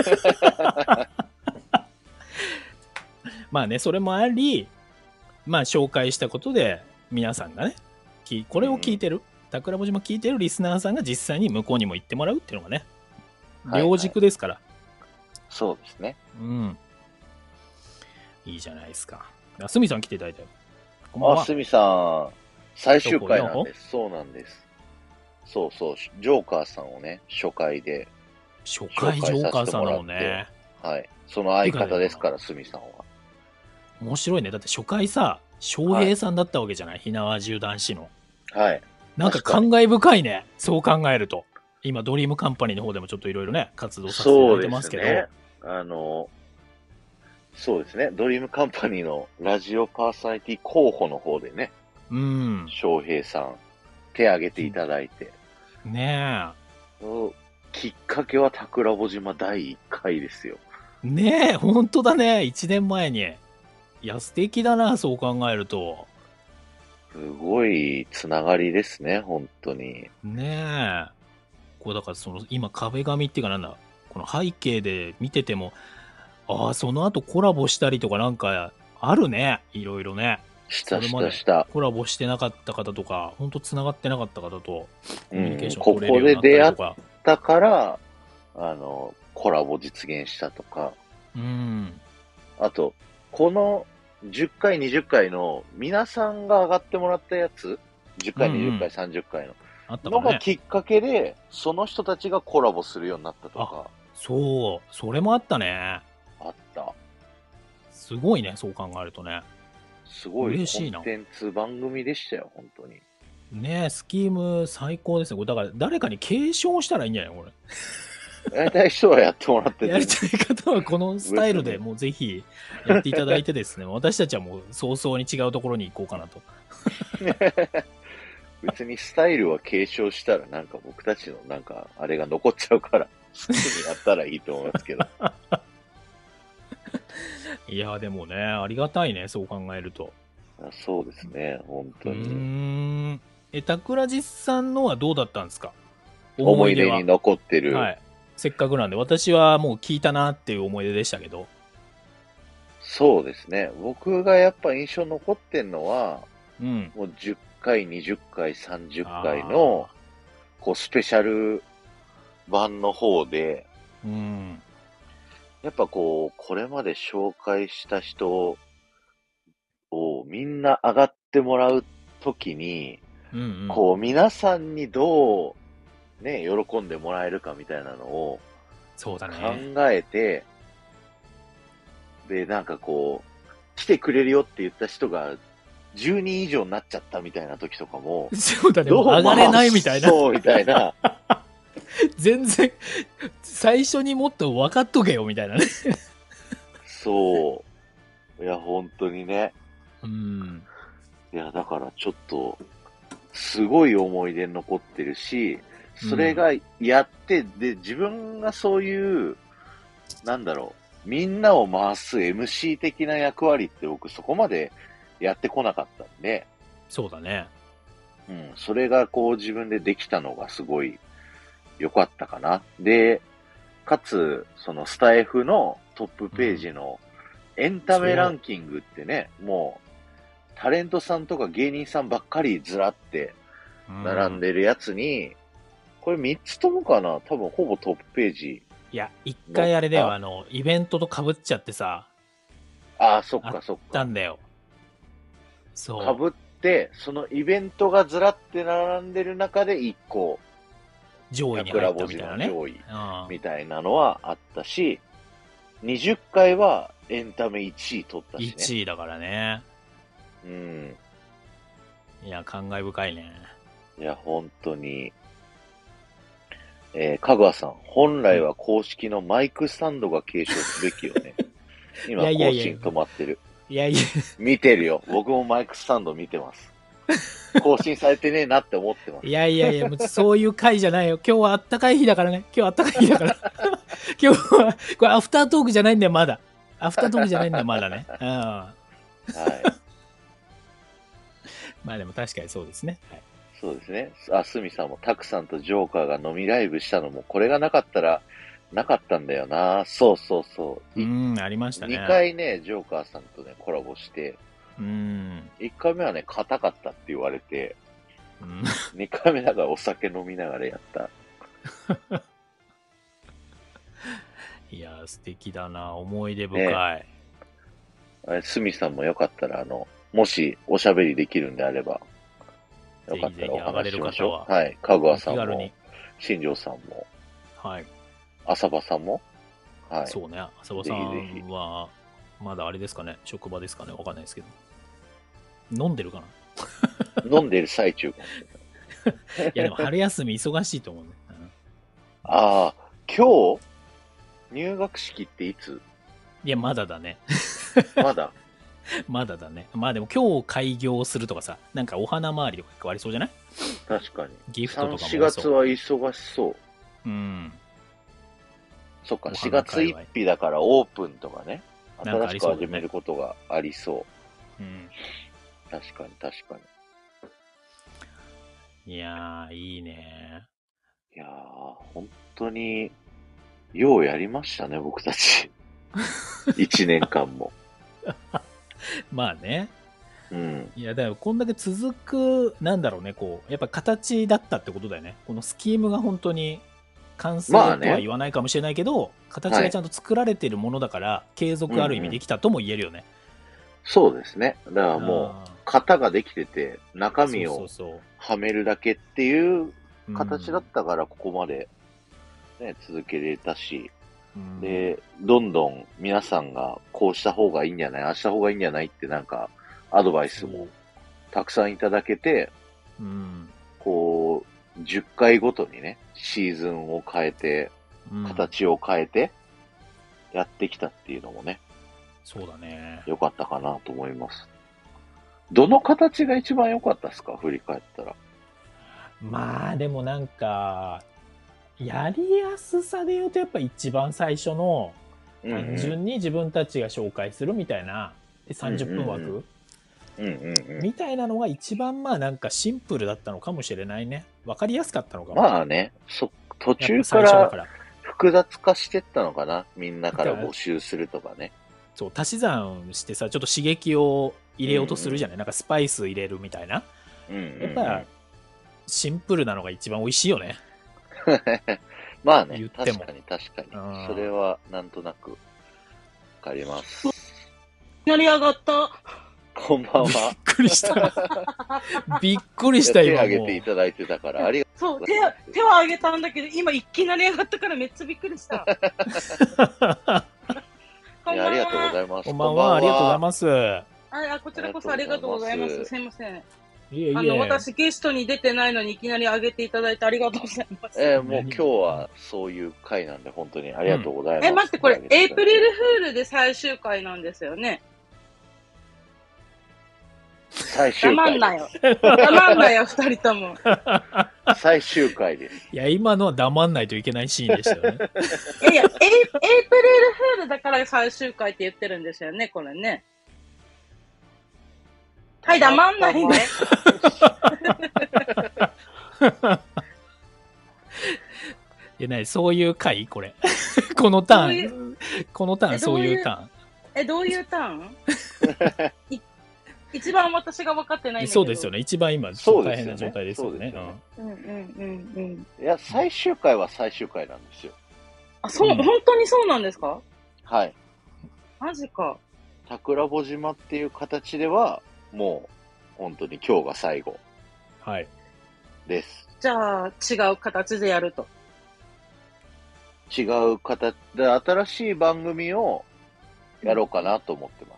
まあね、それもあり、まあ、紹介したことで、皆さんがね、これを聞いてる、桜穂島聞いてるリスナーさんが実際に向こうにも行ってもらうっていうのがね、 はい両軸ですから。 そうですね。 うん。いいじゃないですか。あ、すみさん来ていただいたよ。こんばんあ、 は。 すみさん、最終回なんです。そうなんです。そうそう、ジョーカーさんをね、初回で。 初回ジョーカーさんなのね。 はい。その相方ですから、すみさんは。 面白いね。だって初回さ、翔平さんだったわけじゃない、火縄銃男子の。 はい。 なんか感慨深いね。そう考えると。今、ドリームカンパニーの方でもちょっといろいろね、活動させていただいてますけど。 そうですね。ドリームカンパニーのラジオパーソナリティ候補の方でね、 うん。 翔平さん、手挙げていただいて。 ねきっかけは桜穂島第1回ですよ。 え。ねえ、ほんとだね。1年前に。いや、素敵だな、そう考えると。 すごいつながりですね、本当に。 ねえ。こう、だからその、今壁紙っていうかなんだ、この背景で見てても、ああ、その後コラボしたりとかなんかあるね。いろいろね。 したそれまでしたした。 コラボしてなかった方とか、ほんと繋がってなかった方とコミュニケーションここ取れるようになったで出会っりとか。 たから、コラボ実現したとか。 うん。 あと、この10回、20回の皆さんが上がってもらったやつ、10回、20回、30回の、 あったかね。 のがきっかけで、その人たちがコラボするようになったとか。 そう、それもあったね。 あった。 すごいね、そう考えるとね。 すごい嬉しいなコンテンツ番組でしたよ、本当に。 ねえ、スキーム最高ですね。これだから誰かに継承したらいいんじゃないこれ。 やりたい人はやってもらってて、 やりたい方はこのスタイルでもうぜひやっていただいてですね、私たちはもう早々に違うところに行こうかなと。 別にスタイルは継承したらなんか僕たちのなんかあれが残っちゃうから好きにやったらいいと思いますけど。 いや、でもね、ありがたいね、そう考えると。 そうですね、本当に。 桜地さんのはどうだったんですか？ 思い出に残ってる。 はい。せっかくなんで、私はもう聞いたなっていう思い出でしたけど。 そうですね。僕がやっぱ印象残ってんのは、 うん。 もう10回、20回、30回の、こう、スペシャル版の方で、 うん。 やっぱこう、これまで紹介した人をみんな上がってもらうときに、 うんうん、 こう、皆さんにどう、ね、喜んでもらえるかみたいなのを、 そうだね。 考えて、で、なんかこう、来てくれるよって言った人が、10人以上になっちゃったみたいな時とかも、 そうだね、もう上がれないみたいな。 そうみたいな。 全然、最初にもっと分かっとけよみたいなね。 そう。いや、本当にね。 うん。 いや、だからちょっと、すごい思い出に残ってるし、それがやって、で、自分がそういう、なんだろう、みんなを回す MC 的な役割って僕そこまでやってこなかったんで、 そうだね。 うん、それがこう自分でできたのがすごい良かったかな。で、かつ、そのスタイフのトップページのエンタメランキングってね、もう、タレントさんとか芸人さんばっかりずらって並んでるやつに、これ3つともかな、多分ほぼトップページ。 いや、一回あれだよ、イベントと被っちゃってさ。 ああ、そっかそっか。 たんだよ。そう。 被って、そのイベントがずらって並んでる中で1個、 上位に入ったみたいなね。 上位みたいなのはあったし、20回はエンタメ1位取ったしね。 1位だからね。 うん。 いや、感慨深いね。 いや、本当に。かぐわさん、本来は公式のマイクスタンドが継承すべきよね。今、更新止まってる。 いやいや。 見てるよ。僕もマイクスタンド見てます。更新されてねえなって思ってます。 いやいやいや、そういう回じゃないよ。今日はあったかい日だからね。今日はあったかい日だから。今日は、これアフタートークじゃないんだよ、まだ。アフタートークじゃないんだよ、まだね。うん。はい。まあでも確かにそうですね。はい、 そうですね。すみさんもタクさんとジョーカーが飲みライブしたのも、これがなかったら、なかったんだよな。そうそうそう。 ありましたね。 2回ね、ジョーカーさんとね、コラボして、1回目はね、硬かったって言われて、2回目だからお酒飲みながらやった。 いや、素敵だな。思い出深い。 すみさんもよかったら、もしおしゃべりできるんであれば、よかったらお話ししましょう。はい。かぐわさんも、新庄さんも、 はい。 浅場さんも、はい。 そうね。浅場さんは、まだあれですかね。職場ですかね。わかんないですけど。飲んでるかな飲んでる最中かもしれない。いや、でも春休み忙しいと思うね。 ああ、今日入学式っていつ？ いや、まだだね。 まだまだだね。まあでも今日開業するとかさ、なんかお花回りとか結構ありそうじゃない？ 確かに。 ギフトとかも 4月は忙しそう。 うん。 そっか、4月1日だからオープンとかね。新しく始めることがありそう。うん。確かに確かに。いやー、いいね。 いやー、本当に、ようやりましたね、僕たち。1年間も。 まあね。 うん。 いや、だからこんだけ続く、なんだろうね、こう、やっぱ形だったってことだよね。このスキームが本当に完成とは言わないかもしれないけど、形がちゃんと作られてるものだから、継続ある意味できたとも言えるよね。 そうですね。だからもう、型ができてて、中身をはめるだけっていう形だったから、ここまで、ね、続けれたし、で、どんどん皆さんがこうした方がいいんじゃない、ああした方がいいんじゃないってなんか、アドバイスもたくさんいただけて、こう、10回ごとにね、シーズンを変えて、形を変えて、やってきたっていうのもね、 そうだね。 良かったかなと思います。どの形が一番良かったですか、振り返ったら。 まあ、でもなんか、やりやすさで言うとやっぱ一番最初の、単純に自分たちが紹介するみたいな、30分枠みたいなのが一番まあなんかシンプルだったのかもしれないね。わかりやすかったのかも。 まあね、途中から複雑化してったのかな。みんなから募集するとかね。 そう、足し算してさ、ちょっと刺激を入れようとするじゃない、なんかスパイス入れるみたいな。やっぱシンプルなのが一番美味しいよね。 まあね、確かに確かに。それはなんとなくわかります。 成り上がった。 こんばんは。 びっくりした。びっくりした今もう。 手挙げていただいてたからありがとうございます。 そう、手は挙げたんだけど、今いきなり上がったからめっちゃびっくりした。 ありがとうございます。 こんばんは、ありがとうございます。 こちらこそありがとうございます。すいません。 いえいえ、 私ゲストに出てないのにいきなり上げていただいてありがとうございます。 もう今日はそういう回なんで本当にありがとうございます。 待って、これエイプリルフールで最終回なんですよね。 最終回。 黙んなよ。黙んなよ、二人とも。 最終回です。 いや、今のは黙んないといけないシーンでしたよね。 いや、エイプリルフールだから最終回って言ってるんですよね、これね。はい、黙んないで。 そういう回これ。このターンそういうターン。 どういうターン一番私が分かってないんだけど。 そうですよね。一番今、大変な状態ですよね。 いや、最終回は最終回なんですよ。 あ、そう、本当にそうなんですか？ はい。 マジか。 桜穂島っていう形では、もう、本当に今日が最後。 はい。 です。 じゃあ、違う形でやると。 違う形で、新しい番組をやろうかなと思ってます。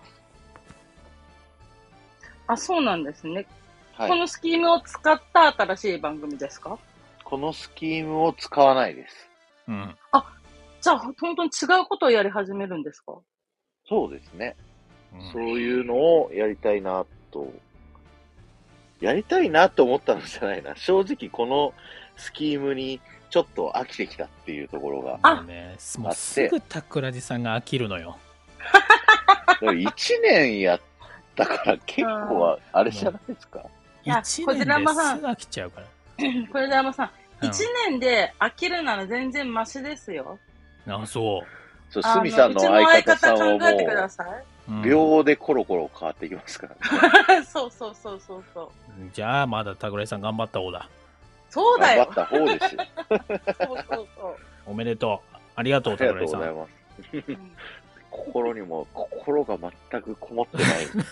あ、そうなんですね。 はい。 このスキームを使った新しい番組ですか？ このスキームを使わないです。 うん。 あ、じゃあ、本当に違うことをやり始めるんですか？ そうですね。 うんそういうのをやりたいなと。やりたいなと思ったのじゃないな。正直このスキームにちょっと飽きてきたっていうところが。 もうね、もうすぐ桜地さんが飽きるのよ。 1年やったから結構は、あれじゃないですか。 1年ですぐ飽きちゃうから。 小寺山さん、 うん 1年で飽きるなら全然マシですよ。 あ、そう。 そう、すみさんの相方さんはも考えてくだう、 さい。 秒でコロコロ変わってきますからね。 そうそうそうそうそう。 じゃあ、まだ桜井さん頑張った方だ。 そうだよ。 頑張った方ですよ。 そうそうそう。 おめでとう。ありがとう、 ありがと桜井さん。 うございます。心にも、心が全くこもってない。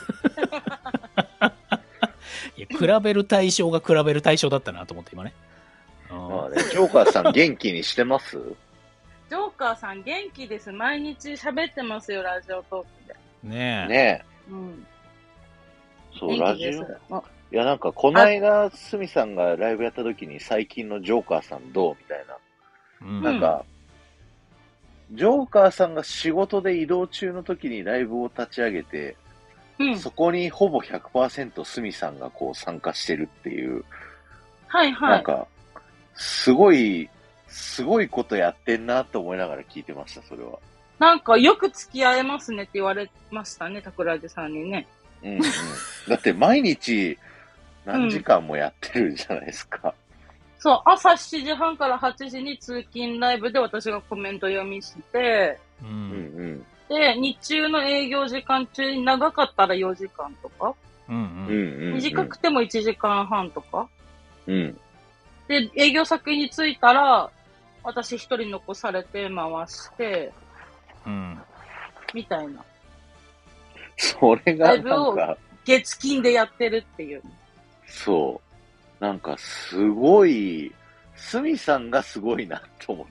いや、比べる対象が比べる対象だったなと思って、今ね。 まあね、ジョーカーさん元気にしてます？ ジョーカーさん元気です。毎日喋ってますよ、ラジオトークで。 ねえ。 ねえ。 うん。 そう、 元気ですラジオ。いや、なんか、この間、すみさんがライブやった時に、最近のジョーカーさんどうみたいな。 うんなんか、ジョーカーさんが仕事で移動中の時にライブを立ち上げて、 うん。 そこにほぼ 100% すみさんがこう参加してるっていう、 はいはい。 なんか、すごいことやってんなと思いながら聞いてました、それは。 なんか、よく付き合えますねって言われましたね、桜地さんにね。 うんうん。だって毎日何時間もやってるじゃないですか。 そう、朝7時半から8時に通勤ライブで私がコメント読みして、 う。 うんうんん。 で、日中の営業時間中に長かったら4時間とか、 うんうんうん。 短くても1時間半とか。 うん。 で、営業先に着いたら、私一人残されて回して、 うん。 みたいな。 それがなんか、 月金でやってるっていう。 そう。なんかすごい、すみさんがすごいなと思って。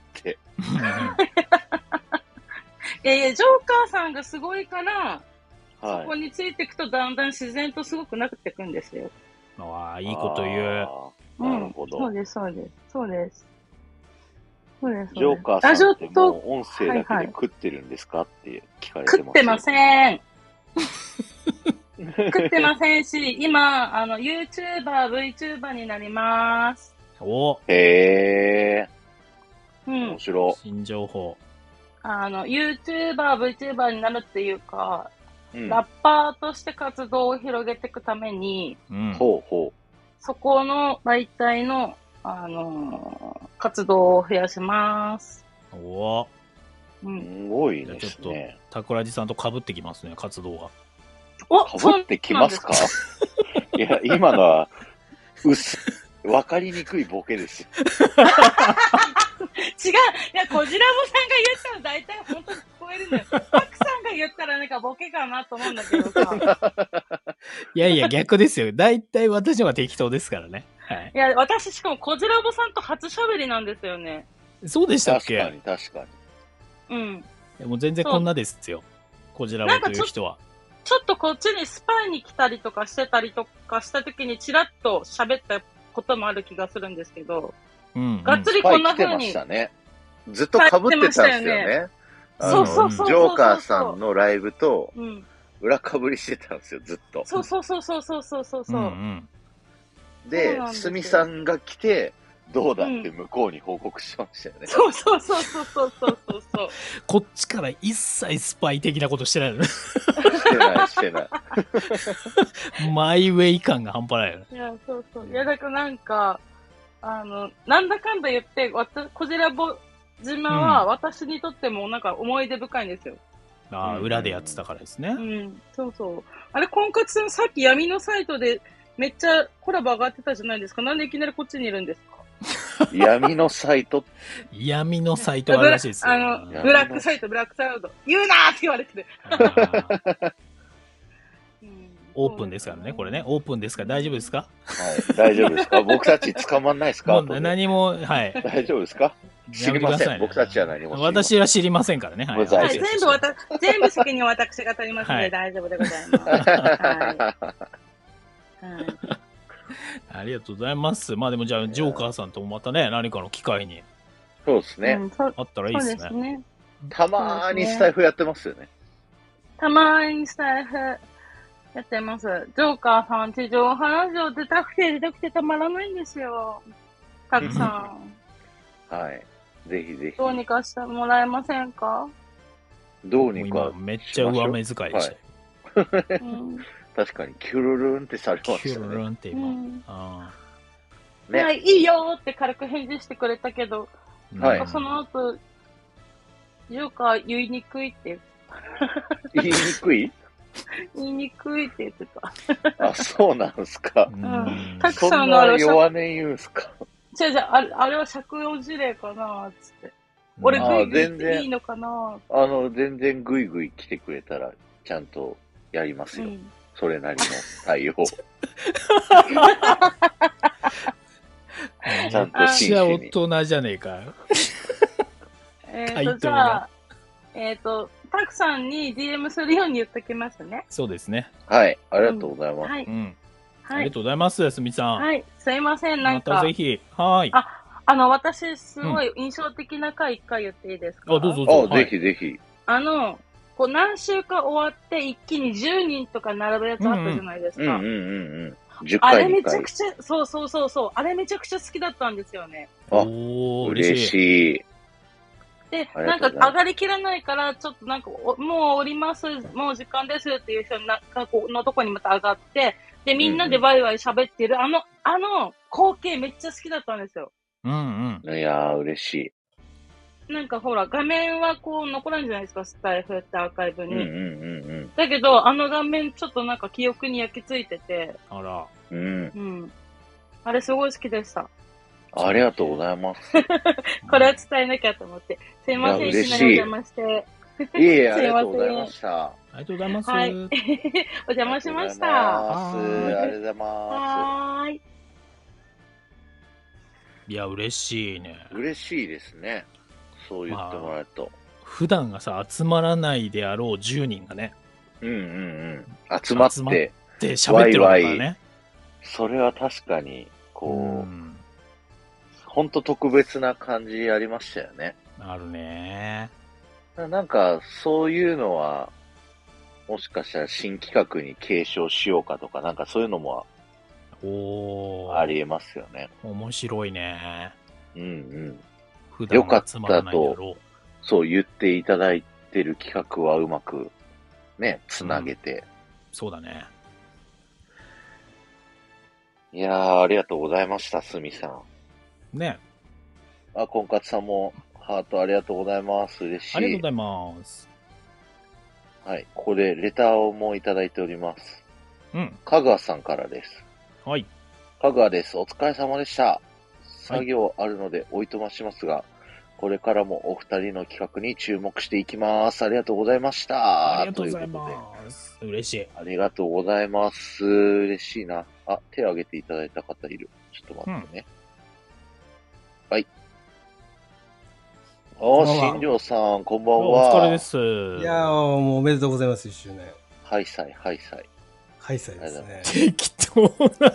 いやいや、ジョーカーさんがすごいから、そこはい。 についていくとだんだん自然とすごくなっていくんですよ。 ああ、いいこと言う。 あーなるほど。 そうです、そうです。そうです。そうです。 ジョーカーさんってもう音声だけで食ってるんですかって聞かれてます。 食ってません。食ってませんし、今、YouTuber、VTuber になります。 お、 へえ、 うん面。白新情報。 YouTuber、VTuber になるっていうか、 い。うん。 ラッパーとして活動を広げていくために、 うん。 ほうほそこの媒体の、活動を増やします。 お、 うう。 ん。 すごいでじゃあちょっとすね。、 桜地さんと被ってきますね、活動が。 お、 かぶってきますか？いや、今のは、わかりにくいボケですよ。 違う。いや、こじらぼさんが言ったら大体本当に聞こえるんだよ。パクさんが言ったらなんかボケかなと思うんだけどさ。 いやいや、逆ですよ。大体私の方が適当ですからね。はいい。や、私しかもこじらぼさんと初喋りなんですよね。 そうでしたっけ？ 確かに、確かに。 うん。 いやもう全然こんなですよ。こじらぼという人は。 ちょっとこっちにスパイに来たりとかしてたりとかした時にチラッと喋ったこともある気がするんですけど、 うん、 がっつりスパこんなイ来てま風に。 したね。ずっと被ってたんですよね。 そうそうそうそうそう。 ジョーカーさんのライブとうん。 裏かぶりしてたんですよ、ずっと。 そうそうそうそうそうそうそう。 うんうん。 そうでなん、ですよすみさんが来て、どうだって向こうに報告しましたよね。 そうそうそうそうそうそうそうそう。 こっちから一切スパイ的なことしてないのね。 してない、してない。 マイウェイ感が半端ないよね。 いや、そうそう。いや、だからなんか、なんだかんだ言って、こじらぼ島は私にとってもなんか思い出深いんですよ。 裏でやってたからですね。 そうそう。あれ、婚活さん、さっき闇のサイトでめっちゃコラボ上がってたじゃないですか。なんでいきなりこっちにいるんですか？ 闇のサイト闇のサイトがあるらしいですよ。 ブラックサイト。言うなーって言われてる。 オープンですからね、これね。オープンですから大丈夫ですか？ はい、大丈夫ですか？僕たち捕まんないですか？ もう何も、はい。 大丈夫ですか？知りません。僕たちは何も私は知りませんからね。 はい。全部責任は私が取りますので大丈夫でございます。 ありがとうございます。まあでもじゃあ、ジョーカーさんともまたね、何かの機会に。 そうですね。 あったらいいですね。 たまーにスタイフやってますよね。 たまーにスタイフやってます。ジョーカーさん、地上波ラジオ出たくてたまらないんですよ。たくさん。 はい。ぜひぜひ。 どうにかしてもらえませんか？ どうにか。 めっちゃ上目遣いでしたよ。 確かに、キュルルンってされましたね。 キュルルンって今。 ね、いいよって軽く返事してくれたけど、なんかその後、ジョーカー言いにくいって言いにくい言いにくいって言ってた。あ、そうなんすか。 たくさんの弱音言うんすか。 違う、あれは借用事例かなつって。俺グイグイっていいのかな？ 全然グイグイ来てくれたら、ちゃんとやりますよ。それなりの対応。ちゃんと真摯に。 めっちゃ大人じゃねえか。 じゃあ、たくさんに DM するように言っときますね。 そうですね。 はい、ありがとうございます。 ありがとうございます、すみさん。 はい、すいません、なんか。 またぜひ。はい。 私、すごい印象的な回一回言っていいですか？ どうぞ。ぜひぜひ。 こう何週か終わって一気に10人とか並ぶやつあったじゃないですか。あれめちゃくちゃ、そう。あれめちゃくちゃ好きだったんですよね。 嬉しい。 で、なんか上がりきらないから、ちょっとなんか、もう降ります、もう時間ですっていう人のとこにまた上がって、で、みんなでワイワイ喋ってる、光景めっちゃ好きだったんですよ。 いやー、嬉しい。 なんかほら、画面はこう残らんじゃないですか、スタイフってアーカイブに。だけど、画面ちょっとなんか記憶に焼き付いてて。 あら。 あれすごい好きでした。 ありがとうございます。 これは伝えなきゃと思って。すいません、 嬉しい。 お邪魔して。 いえ、ありがとうございました。 ありがとうございます。 はい。お邪魔しました。 ありがとうございます。 いや、嬉しいね。 嬉しいですね。そう言ってもらえると。 普段がさ、集まらないであろう10人がね。 集まって喋ってるわけだからね。 それは確かに、こう、ほんと特別な感じありましたよね。 あるね。 なんか、そういうのは、もしかしたら新企画に継承しようかとか、なんかそういうのもありえますよね。 面白いね。 よかったと、そう言っていただいてる企画はうまく、ね、つなげて。 そうだね。 いやー、ありがとうございました、すみさん。 ね。 婚活さんも、ハートありがとうございます。嬉しい。 ありがとうございます。 はい。ここでレターをもいただいております。かぐわさんからです。 はい。 かぐわです。お疲れ様でした。作業あるのでおいとましますが、これからもお二人の企画に注目していきます。ありがとうございました。 ありがとうございます。嬉しい。 ありがとうございます。嬉しいな。手を挙げていただいた方いる。ちょっと待ってね。はい。新庄さん、こんばんは。 お疲れです。 いやもうおめでとうございます、1周年。 ハイサイ、ハイサイ。 ハイサイですね。 適当な。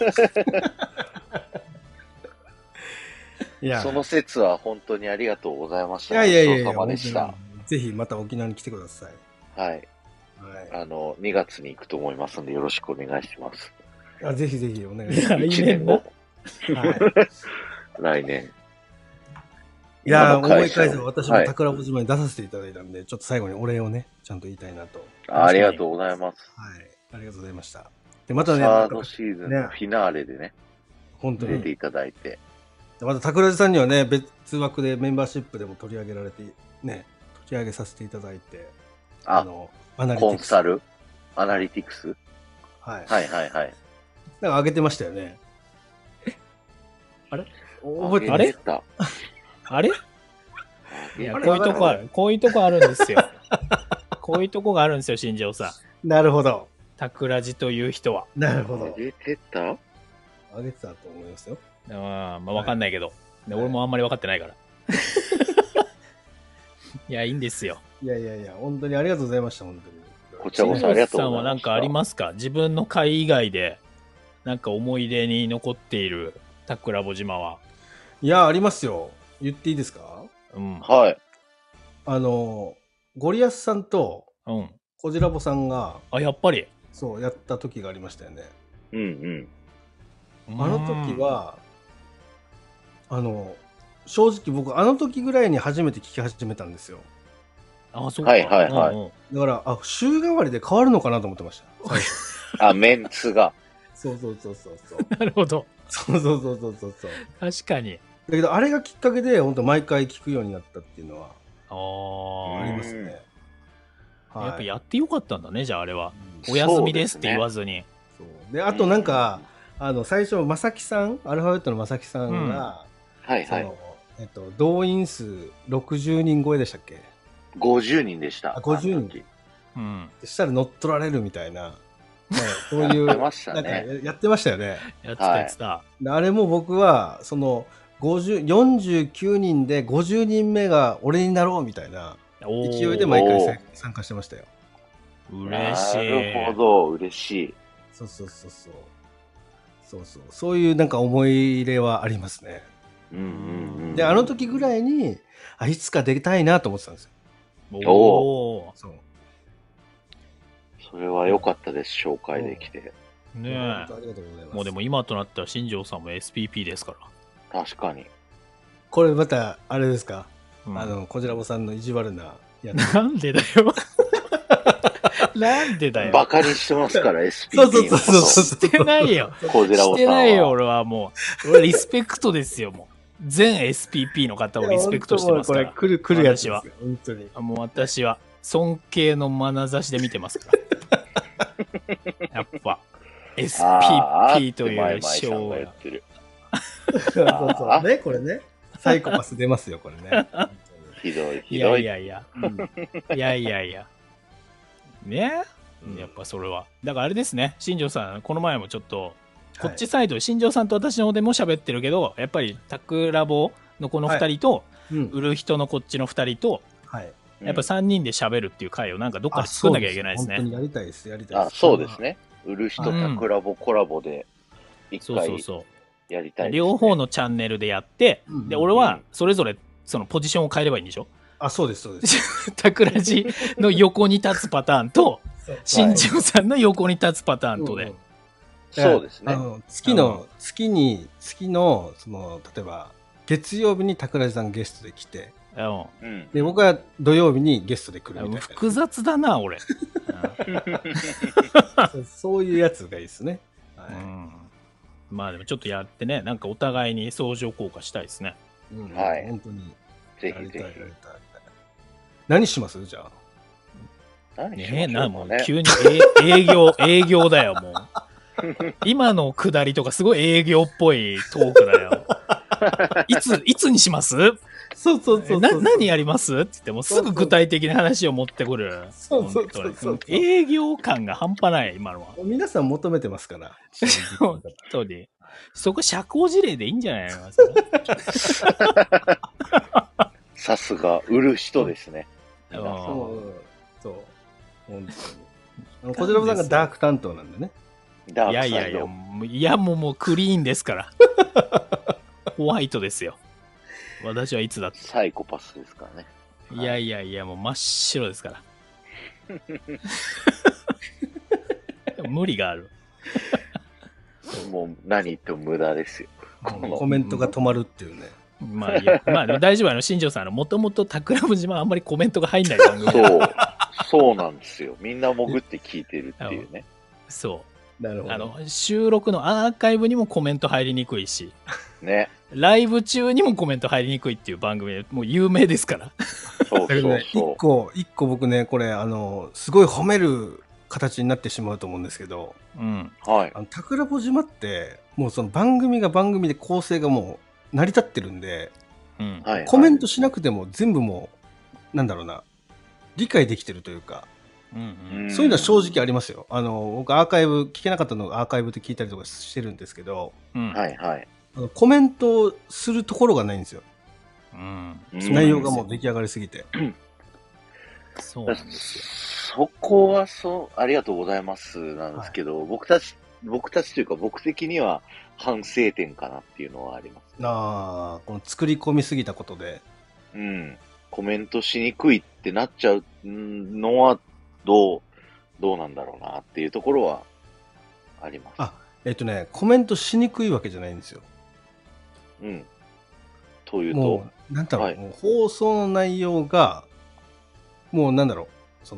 いやその説は本当にありがとうございました。 いや、 ごちそうさまでした。 ぜひまた沖縄に来てください。 はい。2月に行くと思いますのでよろしくお願いします。 ぜひぜひお願いします。 1年後。来年。 いや思い返せば私も桜穂島に出させていただいたんで、ちょっと最後にお礼をね、ちゃんと言いたいなと。 ありがとうございます。 はい。ありがとうございました。で、またね、 サードシーズンのフィナーレでね、 本当に出ていただいて。 また桜地さんにはね、別枠でメンバーシップでも取り上げられて、ね、取り上げさせていただいて、 アナリティクス。 コンサルアナリティクスはい。 はいはいはい。 なんか上げてましたよね。 あれ覚えてあれたあれいや、 あれこういうとこある。こういうとこあるんですよ。こういうとこがあるんですよ、新庄さん。 なるほど。 タクラジという人は。 なるほど。 上げてた上げてたと思いますよ。 まあ、わかんないけど。で俺もあんまり分かってないから。いや、いいんですよ。 いやいやいや、本当にありがとうございました、本当に。 こちらこそありがとうございました。 さんは何かありますか？自分の会以外で、なんか思い出に残っているタクラボ島は。 いや、ありますよ。言っていいですか？ うん。 はい。 ゴリアスさんと、 うん。 コジラボさんが、 あ、やっぱり。 そう、やった時がありましたよね。 うんうん。あの時は、正直僕、あの時ぐらいに初めて聞き始めたんですよ。 あ、そうか。 はいはいはい。 だから、週替わりで変わるのかなと思ってました。最初あ、メンツが。 そうそうそうそう。 なるほど。 そうそうそうそうそう。 確かに。 だけど、あれがきっかけで、本当毎回聞くようになったっていうのは、 ありますね。 やっぱやってよかったんだね、じゃああれは。お休みですって言わずに。 そうで、あとなんか、最初、まさきさん、アルファベットのまさきさんが、 はいはい。 動員数60人超えでしたっけ ？50人でした。 50人。 うん。 そしたら乗っ取られるみたいな、そういう、 やってましたね。 なんかやってましたよね。 やってたやってた。 あれも僕は、49人で50人目が俺になろうみたいな勢いで毎回参加してましたよ。 嬉しい。 なるほど、嬉しい。 そう。そういうなんか思い入れはありますね。で、あの時ぐらいに、いつか出たいなと思ってたんですよ。 おお。 そう。 それは良かったです、紹介できて。 ねえ。ありがとうございます。もうでも今となったら新庄さんも SPP ですから。 確かに。 これまた、あれですか、こじらぼさんの意地悪なやつ。 なんでだよ。なんでだよ。 バカにしてますから、SPP。 そう。 してないよ。してないよ、俺はもう。俺リスペクトですよ、もう。全 SPP の方をリスペクトしてますから。 これ来るやつは。本当に。 もう私は尊敬の眼差しで見てますから。やっぱ、SPP という賞が。 そうね、これね。サイコパス出ますよ、これね。 ひどい。 いや。ね、やっぱそれは。だからあれですね、新庄さん、この前もちょっと、こっちサイド、新庄さんと私の方でも喋ってるけど、やっぱりタクラボのこの2人と、売る人のこっちの2人と、やっぱ3人で喋るっていう回をなんかどっかで作んなきゃいけないですね。 本当にやりたいです、 そうですね。売る人タクラボコラボで1回やりたいですね。 両方のチャンネルでやって、で、俺はそれぞれそのポジションを変えればいいんでしょ？ そうです。 タクラジの横に立つパターンと、新庄さんの横に立つパターンとで。 そうですね。 月の、例えば、月曜日にタクラジさんゲストで来て、で、僕は土曜日にゲストで来るみたいな。 複雑だな、俺。 そういうやつがいいですね。 まあでもちょっとやってね、なんかお互いに相乗効果したいですね。 はい。本当に。 ぜひぜひ。 何しますじゃあ。 もう急に営業だよ、もう。今のくだりとかすごい営業っぽいトークだよ。いつにします？ そう。 何やりますって言ってもすぐ具体的な話を持ってくる。 そう。 営業感が半端ない、今のは。 皆さん求めてますから。 本当に。そこ社交辞令でいいんじゃないの？ さすが、売る人ですね。 そう。本当に。こちらもさんがダーク担当なんでね。 いや、もうクリーンですから。ホワイトですよ。私はいつだって。 サイコパスですからね。いや、もう真っ白ですから。無理がある。 もう何言っても無駄ですよ。 コメントが止まるっていうね。 まあ大丈夫。新庄さん、もともとタクラブ島あんまりコメントが入んない番組。 そうなんですよ。みんな潜って聞いてるっていうね。 そなるほど。 収録のアーカイブにもコメント入りにくいし、 ね。 ライブ中にもコメント入りにくいっていう番組でもう有名ですから。 そうそうだけどね、 そ一個僕ね、これ、すごい褒める形になってしまうと思うんですけど、 うん。 う。はい。 桜穂島って、もうその番組が番組で構成がもう成り立ってるんで、 うん。 はい。 コメントしなくても全部もう、なんだろうな、理解できてるというか、 うん。 そういうのは正直ありますよ。僕アーカイブ、聞けなかったのをアーカイブで聞いたりとかしてるんですけど、 うん。 はいはい。 コメントするところがないんですよ。 うん。 うん内容がもう出来上がりすぎて。 そうなんですよ。 そこはありがとうございますなんですけど、僕たちというか僕的には反省点かなっていうのはあります。 この作り込みすぎたことで。 うん。コメントしにくいってなっちゃうのはどうなんだろうなっていうところはあります。 コメントしにくいわけじゃないんですよ。 うん。というとも、う、なんだろう、 はいもう放送の内容が、もうなんだろう、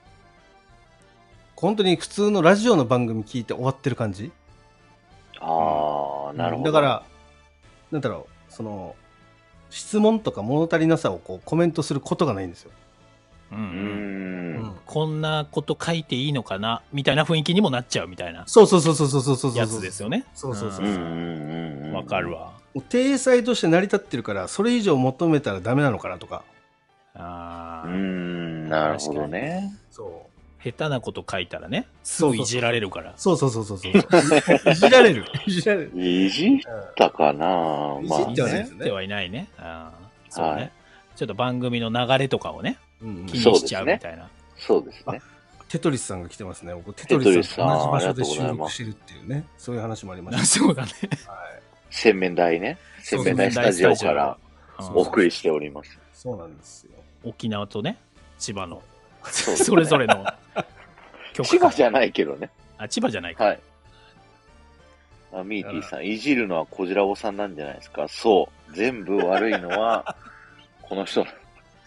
本当に普通のラジオの番組聞いて終わってる感じ。 ああ、なるほど。 だから、なんだろう、質問とか物足りなさをこうコメントすることがないんですよ。 う。 うんん。 こんなこと書いていいのかなみたいな雰囲気にもなっちゃうみたいなそうそうそうそうそうそうそう。 やつですよね。 そうそうそううん。うそん。うん。 わかる。わ。 もう体裁として成り立ってるからそれ以上求めたらダメなのかなとか。 うああ。 ん。なるほどね。 そう下手なこと書いたらね、すぐいじられるから。 そうそうそうそうそう。いじられる。いじられる。 いじったかな、 いじまあってはないですねいじってはいないね。ああ、そうね、 はいちょっと番組の流れとかをね、 うん気にしちゃうみたいな。 そうですね。 テトリスさんが来てますね。僕テトリスさんと同じ場所で収録してるっていうね。そういう話もありました。 そうだね。 はい。 洗面台ね。洗面台スタジオからうんお送りしております。 そうなんですよ。 沖縄とね、千葉の、 そうですねそれぞれの曲千葉じゃないけどね。 あ、千葉じゃないか。 はい。ミーティーさん、いじるのはこじらぼさんなんじゃないですか。そう。全部悪いのは、この人。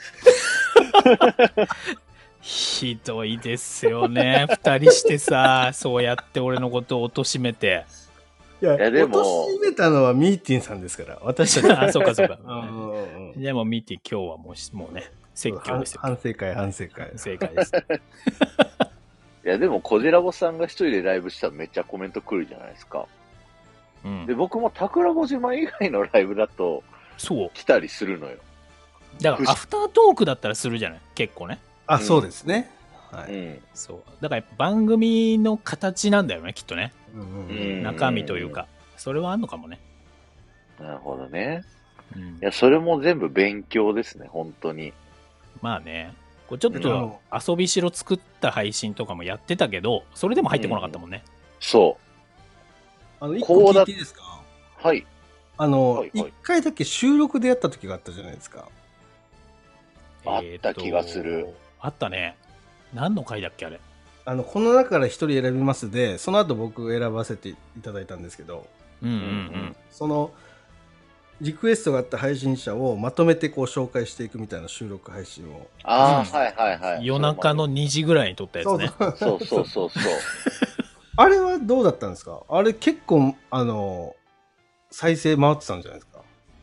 ひどいですよね。二人してさ、そうやって俺のことを貶めて。 いややでも貶めたのはミーティンさんですから。私たち。 あ、そうかそうか。 うんでもミーティ今日はもうね、説教ですよ。 反省会、反省会。 正解です。 いや、でも、こじらぼさんが一人でライブしたらめっちゃコメント来るじゃないですか。 うんで、、僕も桜子島以外のライブだとそう。 来たりするのよ。 だからアフタートークだったらするじゃない結構ね。 あ、そうですね。はい。 うん。 そう。だからやっぱ番組の形なんだよね、きっとね。 うん中身というか。それはあんのかもね。 なるほどね。 うんいや、それも全部勉強ですね、本当に。 まあね。こうちょっと遊びしろ作った配信とかもやってたけど、それでも入ってこなかったもんね。 そ一個聞いていいですか？ う。はい。はい一回だけ収録でやった時があったじゃないですか。 あった気がする。 あったね。何の回だっけあれ。 この中から一人選びますで、その後僕選ばせていただいたんですけど、 うんうんそのリクエストがあった配信者をまとめてこう紹介していくみたいな収録配信を。 ああ、はいはいはい。 夜中の2時ぐらいに撮ったやつね。 そうそうそうそう。 あれはどうだったんですか？あれ結構再生回ってたんじゃないですか？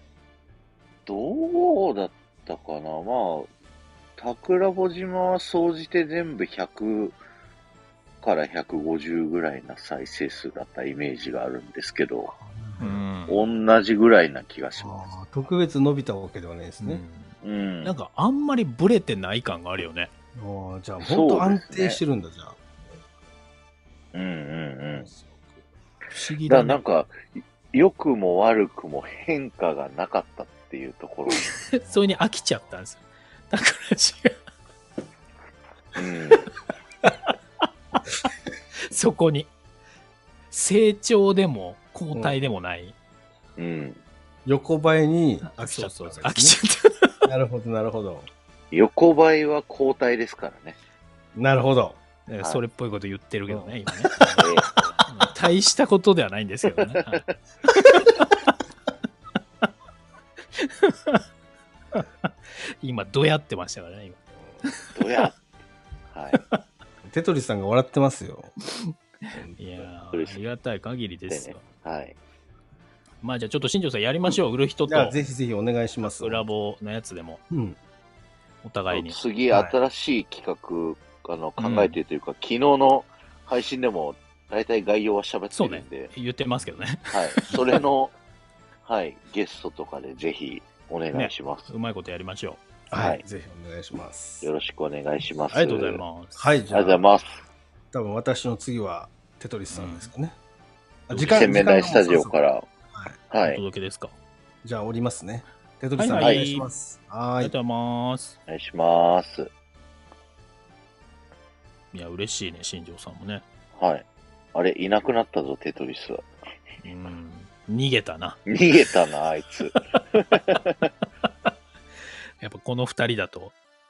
どうだったかな。まあ、桜穂島は総じて全部100から150ぐらいな再生数だったイメージがあるんですけど、同じぐらいな気がします。 特別伸びたわけではないですね。 なんかあんまりブレてない感があるよね。 じゃあ本当安定してるんだ、じゃあ。 うんうんうん。 不思議だね。 だからなんか、良くも悪くも変化がなかったっていうところ。 それに飽きちゃったんですよ。だから違う。 うん。 そこに。成長でも後退でもない。 うん。 横ばいに飽きちゃった、 そうそうそう。飽きちゃった。 なるほど、なるほど。 横ばいは後退ですからね。 なるほど。 それっぽいこと言ってるけどね、今ね。大したことではないんですけどね。はい今、どやってましたからね、今。 どや。はい。 テトリスさんが笑ってますよ。 いやクリスありがたい限りですよ。 はい。 まあじゃあちょっと新庄さんやりましょう。売る人いや、 と、 ぜひぜひお願いします。 裏棒のやつでも、 うん。 お互いに。 次、 はい新しい企画、考えているというか、昨日の配信でも、大体概要は喋ってそうねるんで、。 言ってますけどね。 はい。それの、はい、ゲストとかでぜひお願いします。 うまいことやりましょはい。ぜひお願いします。 よろしくお願いしまう。 す。 ありがとうございます。 はい、 ありがとうございす。 ます。 多分私の次はテトリスさんですかね。 うん洗面台スタジオか。 時間がら、 もうそろそろはい。 おはい。 届けですか。 じゃあ、降りますね。テトリスさん、おはい願いします。はーい。 ありがとうございます。 お願いします。 いや、嬉しいね、新庄さんもね。 はい。あれ、いなくなったぞ、テトリスは。 うん。逃げたな。 逃げたな、あいつ。 やっぱこの二人だと、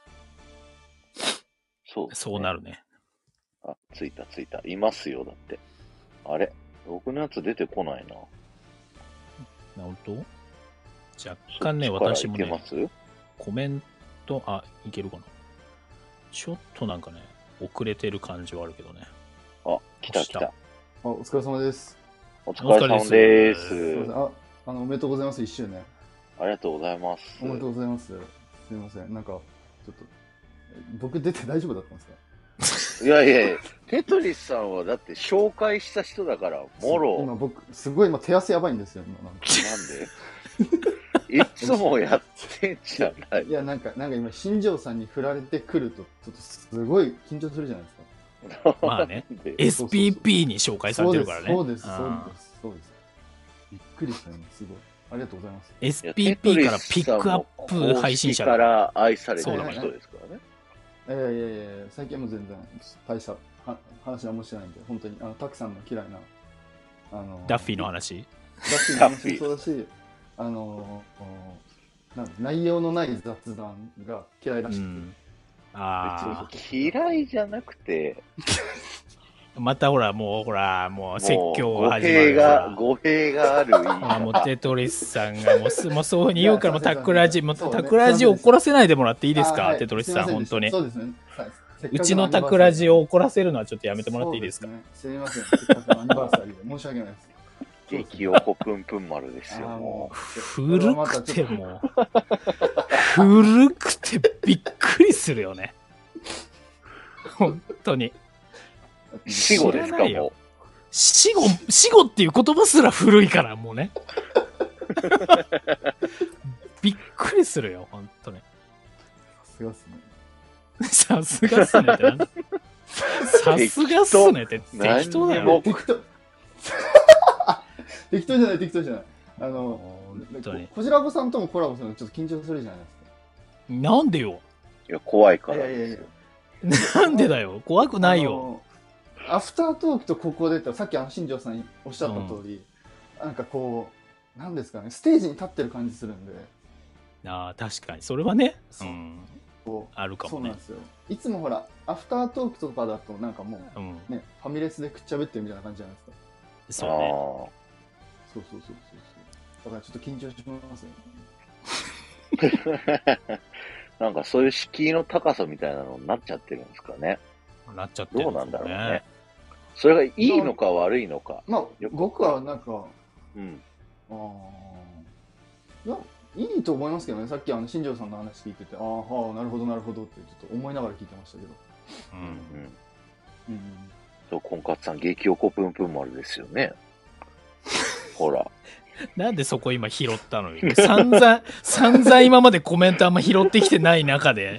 そうですね、 そうなるね。 あ、ついた。いますよ、だって。あれ僕のやつ出てこないな。 本当？若干ね、 そっちから私もねいけま、すコメント、あ、いけるかな。ちょっとなんかね、遅れてる感じはあるけどね。 あ、来た。 あ、お疲れ様です。 お疲れ様です。 すいません。おめでとうございます、1周年。 ありがとうございます。 おめでとうございます。すみません。なんか、ちょっと、僕出て大丈夫だったんですか？ いやいやいや、テトリスさんはだって紹介した人だから、もろ。 今僕、すごい今手汗やばいんですよ、今なんか。 なんでいつもやってんじゃない。 いや、なんか今、新庄さんに振られてくると、ちょっとすごい緊張するじゃないですか。 まあね、 そうそう SPP に紹介されてるからね。 そうです。 あびっくりしたね、すごい。ありがとうございます。 ー SPP からピックアップ配信者かだから。 ら愛されてる人ですからね。 いや、最近はもう全然大した話はもしてないんで、本当にタクさんの嫌いなダッフィーの話。 ダッフィーの話もそうだし、内容のない雑談が嫌いらしくて、 ああ、 嫌いじゃなくて、 またほら、もう説教が語始まるから。 語弊がある言いあもう方。 テトリスさんがもうそういうふうに言うから、もういやタクラジ、 そうねタクラジを怒らせないでもらっていいですか、 はいテトリスさん、 すいませ本当に。 そうですね。はいうちのタクラジを怒らせるのはちょっとやめてもらっていいですか。 そうですね。すみません。せっかくのアニバーサリーで申し訳ないです。 激おこぷんぷん丸ですよ、 あーもう。 古くてもう、古くてびっくりするよね。本当に。 死後ですか、 知らないよも死後っていう言葉すら古いから、もうね。びっくりするよ、本当に。 さすがっすね。 さすがっすねってなんだ。さすがっすねって適当だよね。 適当。適当じゃない、適当じゃない。 本当に。 こじらぼさんともコラボするのちょっと緊張するじゃないですか。 なんでよ。 いや、怖いから。 いや。 なんでだよ。怖くないよ。 アフタートークとここでってさっき新庄さんおっしゃった通り、なんかこうなんですかね、ステージに立ってる感じするんで。 ああ、確かに。それはね。 そうあるかもね。 そうなんですよ。いつもほらアフタートークとかだとなんかもう、ね、ファミレスでくっちゃべってるみたいな感じじゃないですか。 そうね。 そう。だからちょっと緊張しますよね。 なんかそういう敷居の高さみたいなのになっちゃってるんですかね。 なっちゃってるどうなんだろうね。それがいいのか悪いのか。 まあ、僕はなんか、いや、いいと思いますけどね。さっき新庄さんの話聞いてて、なるほどってちょっと思いながら聞いてましたけど。 そう、婚活さん、激おこぷんぷん丸ですよね。ほら。 なんでそこ今拾ったのよ。散々今までコメントあんま拾ってきてない中で。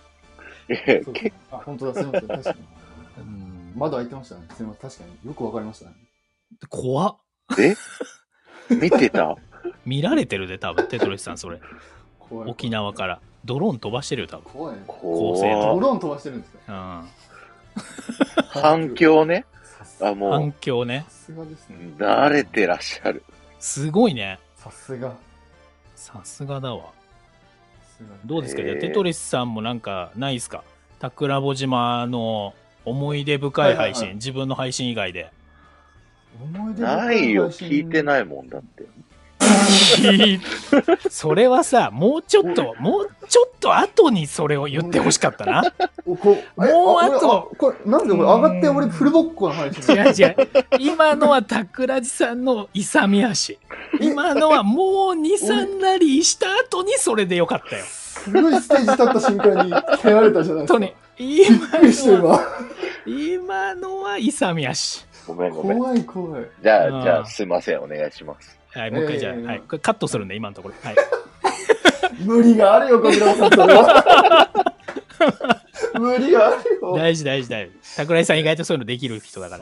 本当だ、すみません。確かに。窓開いてましたね。すみません。確かに。よくわかりましたね。 怖っ。 見てた見られてるで、多分テトリスさん、それ。沖縄から。ドローン飛ばしてるよ、多分。 怖いね。 高性能。 ドローン飛ばしてるんですか？ 反響ね。 反響ね。 さすがですね。 慣れてらっしゃる。 すごいね。 さすが。 さすがだわ。どうですか、じゃあテトリスさんもなんかないですか？タクラボ島の思い出深い配信、自分の配信以外で。 思い出ないよ、聞いてないもんだって。 それはさ、もうちょっと後にそれを言ってほしかったな。もうあと。 これ、なんでこれ上がって俺フルボッコの話。 違う。今のは桜地さんの勇み足。今のはもう2、3ラリーした後にそれでよかったよ。 すごいステージ立った瞬間に蹴られたじゃないですか。 今のは勇み足。 ごめん。 怖い。 じゃあ、すいません、お願いします。 はい、もう一回じゃあ、はい。これカットするんで、今のところ。はい。 無理があるよ、小倉さん、それは。無理があるよ。 大事。桜井さん意外とそういうのできる人だから。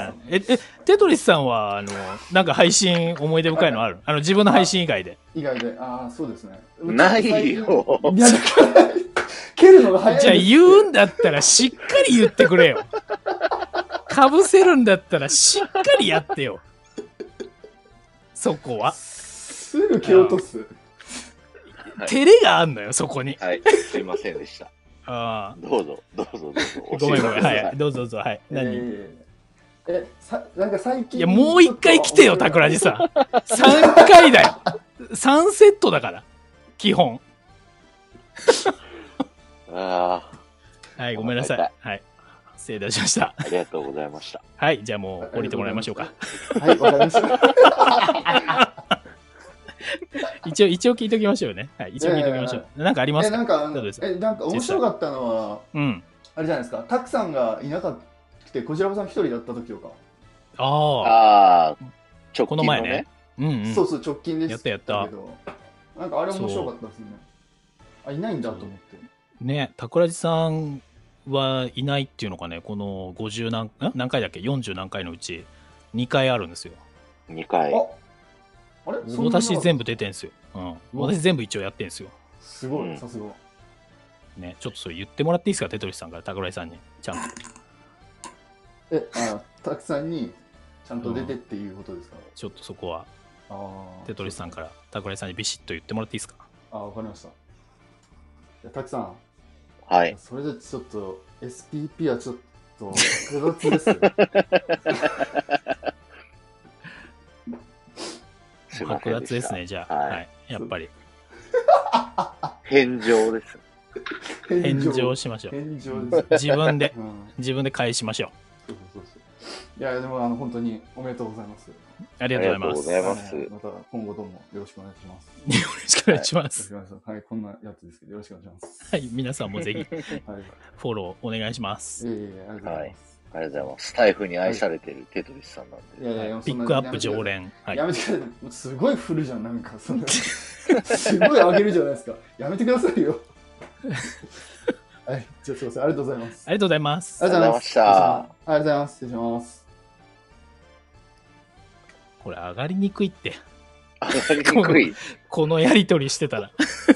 テトリスさんは、なんか配信思い出深いのある？自分の配信以外で。 そうですね。 ないよ。 蹴るのが早い。 じゃあ言うんだったらしっかり言ってくれよ。かぶせるんだったらしっかりやってよ。そこは。 すぐ蹴落とす。 照れがあんのよ、そこに。 はい、すいませんでした。どうぞ。 ごめん。はい、どうぞ、はい。何？ なんか最近。 いや、もう一回来てよ、桜地さん。3回だよ。3セットだから。基本。 はい、 ごめんなさい。はい。失礼いたしました。 ありがとうございました。 はい、じゃあもう降りてもらいましょうか。 はい、わかりました。 一応聞いときましょうね。はい、一応聞いときましょう。なんかありますか？ なんか面白かったのは、あれじゃないですか、たくさんがいなかった、こちらさん一人だった時とか。 直近のね。 この前ね。 そう、直近です。 やった。 なんかあれ面白かったですね。いないんだと思って。 ね、桜地さんはいないっていうのがね、この50何回だっけ、40何回のうち2回あるんですよ。 2回。 あれ？ 私全部出てんすよ。私全部一応やってんすよ。 すごい、さすが。 ね、ちょっとそれ言ってもらっていいですか、テトリスさんから桜井さんに。ちゃんと。 たくさんにちゃんと出てっていうことですか？ ちょっとそこは、テトリスさんから桜井さんにビシッと言ってもらっていいですか？ わかりました。たくさん。 はい。 それでちょっと SPP はちょっと複雑です。 複雑ですね、じゃあ。はい。やっぱり。 返上です。 返上しましょう。 返上です。 自分で返しましょう。 いや、でも本当におめでとうございます。 ありがとうございます。 また今後ともよろしくお願いします。 よろしくお願いします。 はい、こんなやつですけど、よろしくお願いします。 はい、皆さんもぜひ、フォローお願いします。 ありがとうございます。 ありがとうございます。スタイフに愛されてるテトリスさんなんで。 ピックアップ常連。 やめてください。すごい振るじゃん、なんか。すごい上げるじゃないですか。やめてくださいよ。はい、じゃあすいません。ありがとうございます。 ありがとうございます。 ありがとうございました。 ありがとうございます。失礼します。 これ上がりにくいって。 上がりにくい。 このやりとりしてたら。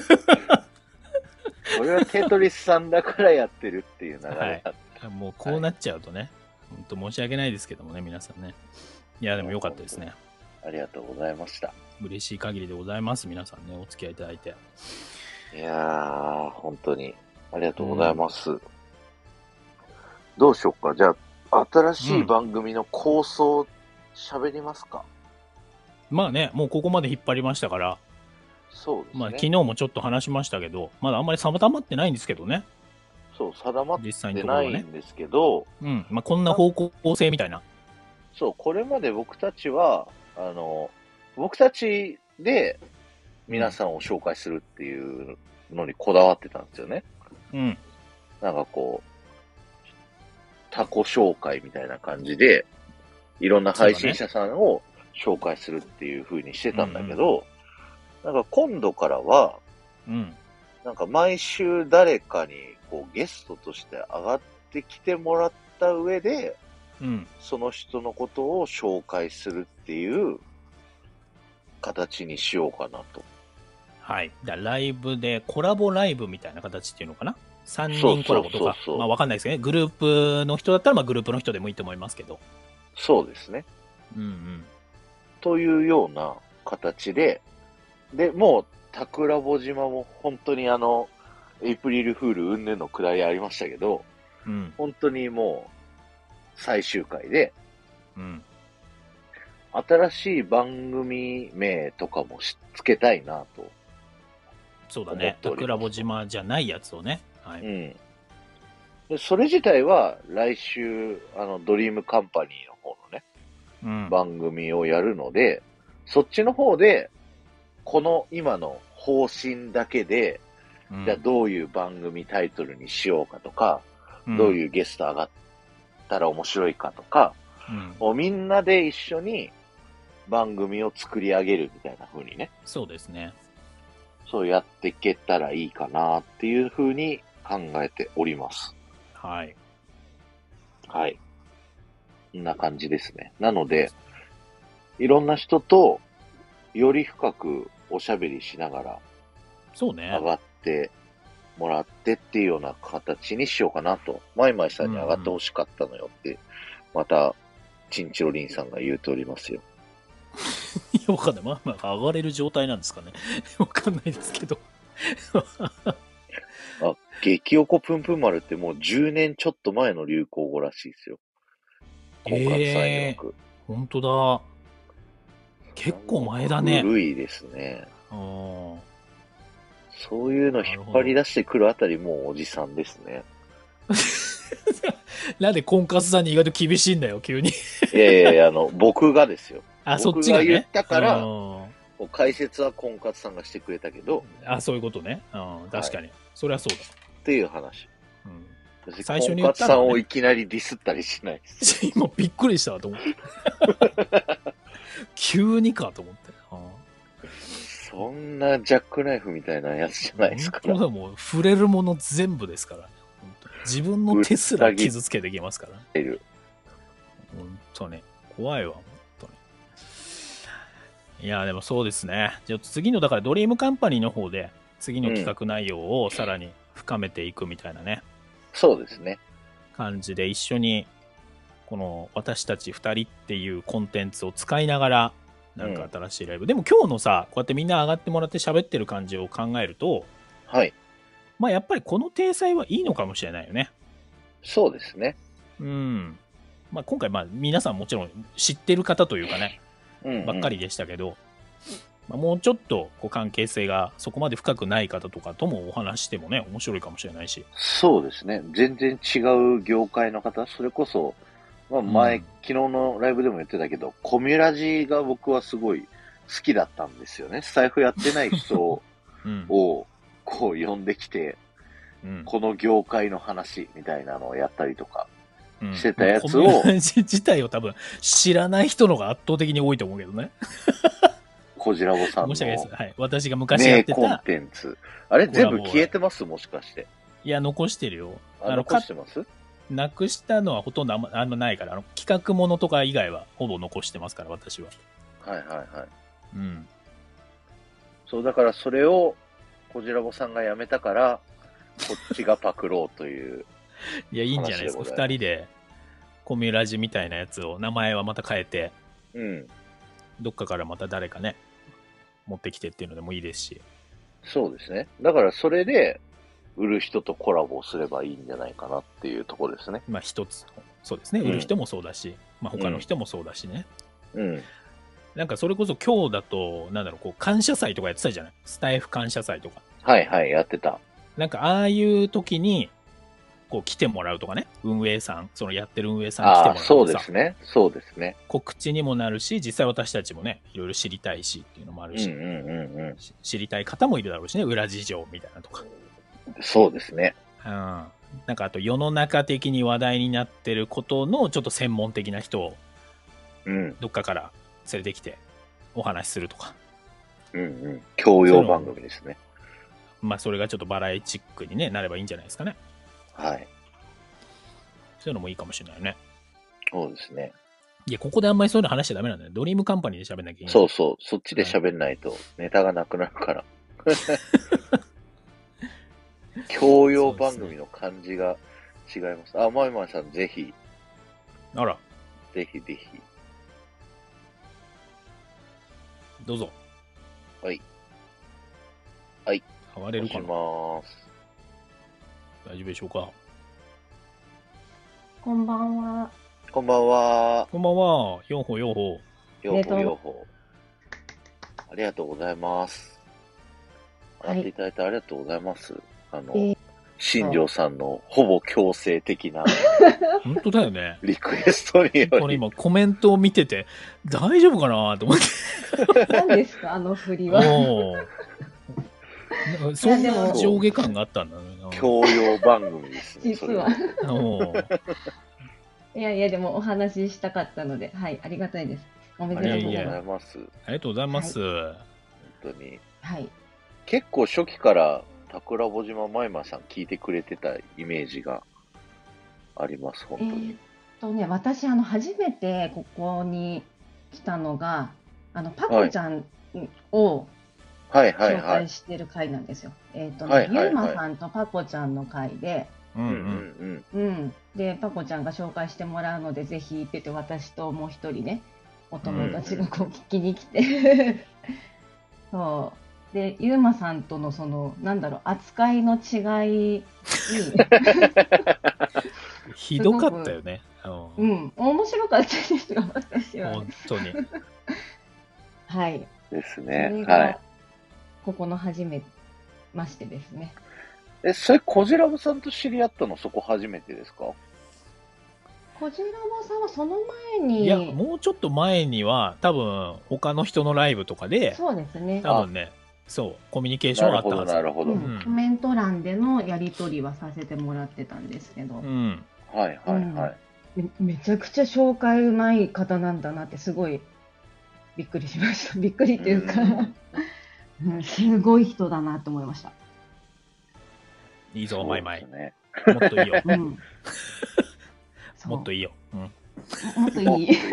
これはテトリスさんだからやってるっていう流れだった。 もうこうなっちゃうとね、本当申し訳ないですけどもね、皆さんね。いや、でもよかったですね。 ありがとうございました。 嬉しい限りでございます。皆さんね、お付き合いいただいて。 いやー、本当にありがとうございます。どうしようか。じゃあ、新しい番組の構想喋りますか。 まあね、もうここまで引っ張りましたから。 そうですね。 まあ昨日もちょっと話しましたけど、まだあんまり定まってないんですけどね。 そう、定まってないんですけど、 まあこんな方向性みたいな。 そう、これまで僕たちは、僕たちで皆さんを紹介するっていうのにこだわってたんですよね。なんかこう、他己紹介みたいな感じで、いろんな配信者さんを紹介するっていう風にしてたんだけど、なんか今度からは、なんか毎週誰かにこうゲストとして上がってきてもらった上で、その人のことを紹介するっていう形にしようかなと。 はい。ライブでコラボライブみたいな形っていうのかな。3人コラボとか、まあわかんないですけどね。グループの人だったらまあグループの人でもいいと思いますけど。 そうですね。というような形で、もう、桜穂島も本当にエイプリルフール云々のくだりありましたけど、本当にもう、最終回で、 新しい番組名とかもつけたいなと。 そうだね。桜穂島じゃないやつをね。はい。 でそれ自体は来週、ドリームカンパニーの方のね、番組をやるので、そっちの方で、この今の方針だけで、じゃあどういう番組タイトルにしようかとか、どういうゲスト上がったら面白いかとか、もうみんなで一緒に番組を作り上げるみたいな風にね。 そうですね。 そうやっていけたらいいかなっていう風に考えております。 はい。 はい。こんな感じですね。なので、いろんな人とより深くおしゃべりしながら、 そうね。 上がってもらってっていうような形にしようかなと。マイマイさんに上がってほしかったのよって、また、チンチロリンさんが言うておりますよ。 いや、わかんない。まあ、上がれる状態なんですかね。わかんないですけど。 激おこぷんぷん丸ってもう10年ちょっと前の流行語らしいですよ。婚活さん曰く。 本当だ。結構前だね。 古いですね。そういうの引っ張り出してくるあたりもうおじさんですね。 なんで婚活さんに意外と厳しいんだよ、急に。 いやいや、僕がですよ。 そっちがね。 僕が言ったから、解説は婚活さんがしてくれたけど。 そういうことね。確かに。そりゃそうだ。 っていう話。 最初に婚活さんをいきなりディスったりしないです。 今びっくりしたと思って。急にかと思って。 そんなジャックナイフみたいなやつじゃないですから。 もう触れるもの全部ですから。自分の手すら傷つけてきますから。本当ね。怖いわ、本当に。いや、でもそうですね。じゃあ次の、だからドリームカンパニーの方で、次の企画内容をさらに深めていくみたいなね。 そうですね。 感じで一緒に、この私たち2人っていうコンテンツを使いながら、なんか新しいライブ。でも今日のさ、こうやってみんな上がってもらって喋ってる感じを考えると、 はい。 まあやっぱりこの体裁はいいのかもしれないよね。 そうですね。 まあ今回皆さんもちろん知ってる方というかね、ばっかりでしたけど、もうちょっとこう関係性がそこまで深くない方とかともお話してもね、面白いかもしれないし。 そうですね。全然違う業界の方、それこそ、昨日のライブでも言ってたけど、コミュラジが僕はすごい好きだったんですよね。スタイフやってない人を、こう呼んできて、この業界の話みたいなのをやったりとかしてたやつを。コミュラジ自体を多分知らない人のが圧倒的に多いと思うけどね。 こじらぼさんの。 申し訳ないです。はい。私が昔やってた。 コンテンツ。あれ全部消えてますもしかして。 いや、残してるよ。 残してますなくしたのはほとんどあんまないから、企画ものとか以外はほぼ残してますから、私は。 はいはいはい。そう、だからそれを、こじらぼさんが辞めたから、こっちがパクろうという。 いや、いいんじゃないですか。二人で、コミュラジみたいなやつを、名前はまた変えて、どっかからまた誰かね、持ってきてっていうのでもいいですし。 そうですね。だからそれで、売る人とコラボすればいいんじゃないかなっていうところですね。 一つ。そうですね。売る人もそうだし、他の人もそうだしね。なんかそれこそ今日だと、感謝祭とかやってたじゃない？スタイフ感謝祭とか。 はいはい、やってた。 なんかああいう時に、こう来てもらうとかね。運営さん、そのやってる運営さん来てもらうとか。 そうですね。そうですね。 告知にもなるし、実際私たちもね、いろいろ知りたいしっていうのもあるし、知りたい方もいるだろうしね、裏事情みたいなとか。 そうですね。 なんかあと世の中的に話題になってることのちょっと専門的な人を、どっかから連れてきてお話しするとか。 教養番組ですね。 それがちょっとバラエチックに、なればいいんじゃないですかね。 はい。 そういうのもいいかもしれないよね。 そうですね。 いや、ここであんまりそういうの話しちゃダメなんだよ。ドリームカンパニーで喋んなきゃいけない。 そうそう。そっちで喋んないとネタがなくなるから。教養番組の感じが違います。まいまいさんぜひ。 あら。 ぜひぜひ。 どうぞ。 はい。はい。 変われるかな。 します。 大丈夫でしょうか。 こんばんは。 こんばんは。 こんばんは。4歩4歩。 養蜂養蜂。ありがとうございます。洗っていただいてありがとうございます。新庄さんのほぼ強制的な本当だよね。 リクエストにより。 これ今コメントを見てて、大丈夫かなと思って。 何ですか、あの振りは。 そんな上下感があったんだね。 教養番組ですね。 実は。いやいや、でもお話ししたかったので、はい、ありがたいです。おめでとうございます。 ありがとうございます。 本当に。 はい。 結構初期から桜穂島マイマさん聞いてくれてたイメージがあります、本当に。 私、初めてここに来たのが、パコちゃんを紹介してる回なんですよ。ゆうまさんとパコちゃんの回で、で、パコちゃんが紹介してもらうので、ぜひって言って、私ともう一人ね、お友達がこう聞きに来て、そう。で、ゆうまさんとの扱いの違いにひどかったよね。 面白かったですよ、私は。 本当に。 はい。 ですね。 はい。ここの初めましてですね。 それ、こじらぼさんと知り合ったのそこ初めてですか？ こじらぼさんはその前に。 いや、もうちょっと前には、多分、他の人のライブとかで、 そうですね。 多分ね、そう、コミュニケーションがあったはず。 なるほど。 コメント欄でのやり取りはさせてもらってたんですけど。 はいはいはい。 めちゃくちゃ紹介うまい方なんだなってすごいびっくりしました。びっくりっていうか、すごい人だなと思いました。 いいぞ、マイマイ。もっといいよ。もっといいよ。 もっといい。 い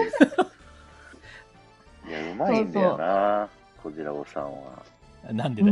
や、うまいんだよな、こじらぼさんは。 なんでだよ。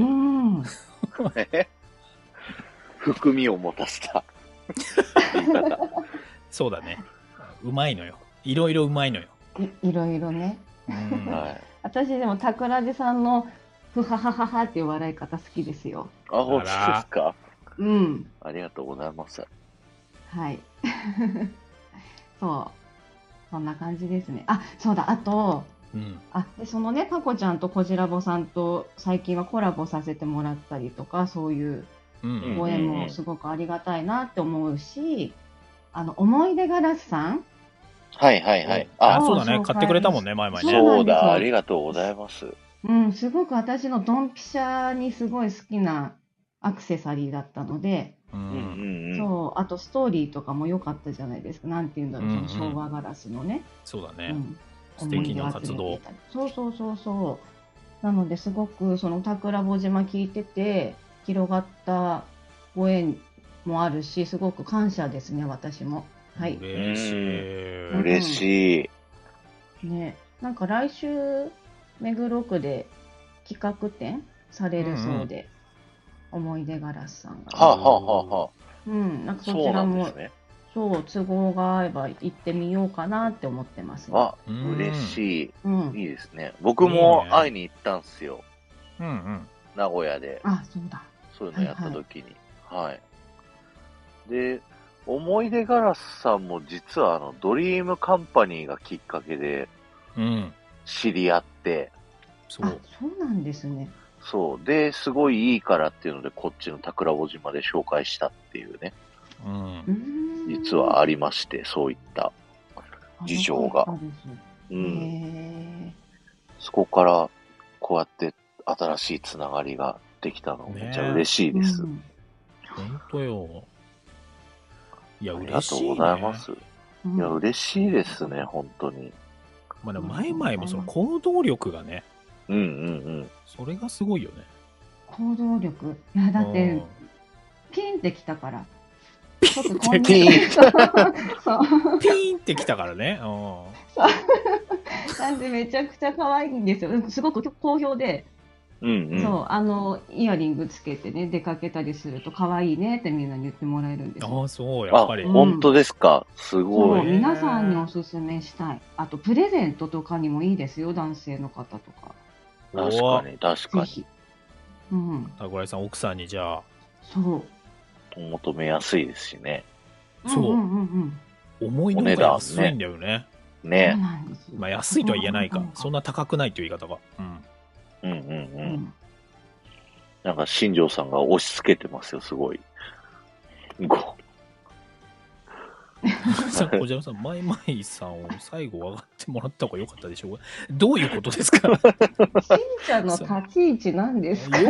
含みを持たせた言い方。 そうだね。うまいのよ。いろいろうまいのよ。 いろいろね。私でも桜地さんのふははははっていう笑い方好きですよ。 あ、本当ですか。ありがとうございます。 はい。そう。そんな感じですね。あ、そうだ。あと、でそのね、パコちゃんとこじらぼさんと最近はコラボさせてもらったりとか、そういうご縁もすごくありがたいなって思うし、思い出ガラスさん。 はいはいはい。 あ、そうだね。買ってくれたもんね、前々ね。 そうだ、ありがとうございます。 すごく私のドンピシャにすごい好きなアクセサリーだったので、そう、あとストーリーとかも良かったじゃないですか。なんて言うんだろう、その昭和ガラスのね。 そうだね。素敵な活動。 そうなのですごくその桜穂島聞いてて広がったご縁もあるし、すごく感謝ですね、私も。はい。 嬉しい。 嬉しい。ね、なんか来週目黒区で企画展されるそうで、思い出ガラスさんが。なんかそちらも。そう、都合が合えば行ってみようかなって思ってます、ね。 あ、嬉しい。いいですね。僕も会いに行ったんですよ。名古屋で。 あ、そうだ。 そういうのやった時に。はい。で、思い出ガラスさんも実はドリームカンパニーがきっかけで知り合って。 そうなんですね。 そう。で、すごいいいからっていうので、こっちの桜穂島で紹介したっていうね。実はありまして、そういった事情が。そこからこうやって新しいつながりができたのめっちゃ嬉しいです。 本当よ。いや、 ありがとうございます。いや、嬉しいですね、本当に。 まあ、前々もその行動力がね。それがすごいよね。 行動力。いや、だって、ピンってきたから。 ピーンってきたからね。 なんでめちゃくちゃ可愛いんですよ。すごく好評で、そう、イヤリングつけてね、出かけたりすると可愛いねってみんなに言ってもらえるんですよ。 あ、そう、やっぱり。 本当ですか。すごい。 皆さんにおすすめしたい。あと、プレゼントとかにもいいですよ、男性の方とか。 確かに、確かに。 桜井さん、奥さんにじゃあ。 そう。 求めやすいですしね。 そう。思いのほか安いんだよね。 ね。 まあ安いとは言えないか。そんな高くないという言い方が。 なんか新庄さんが押し付けてますよ、すごい。 小島さん、マイマイさんを最後上がってもらった方が良かったでしょうか。どういうことですか。 信者の立ち位置なんですか。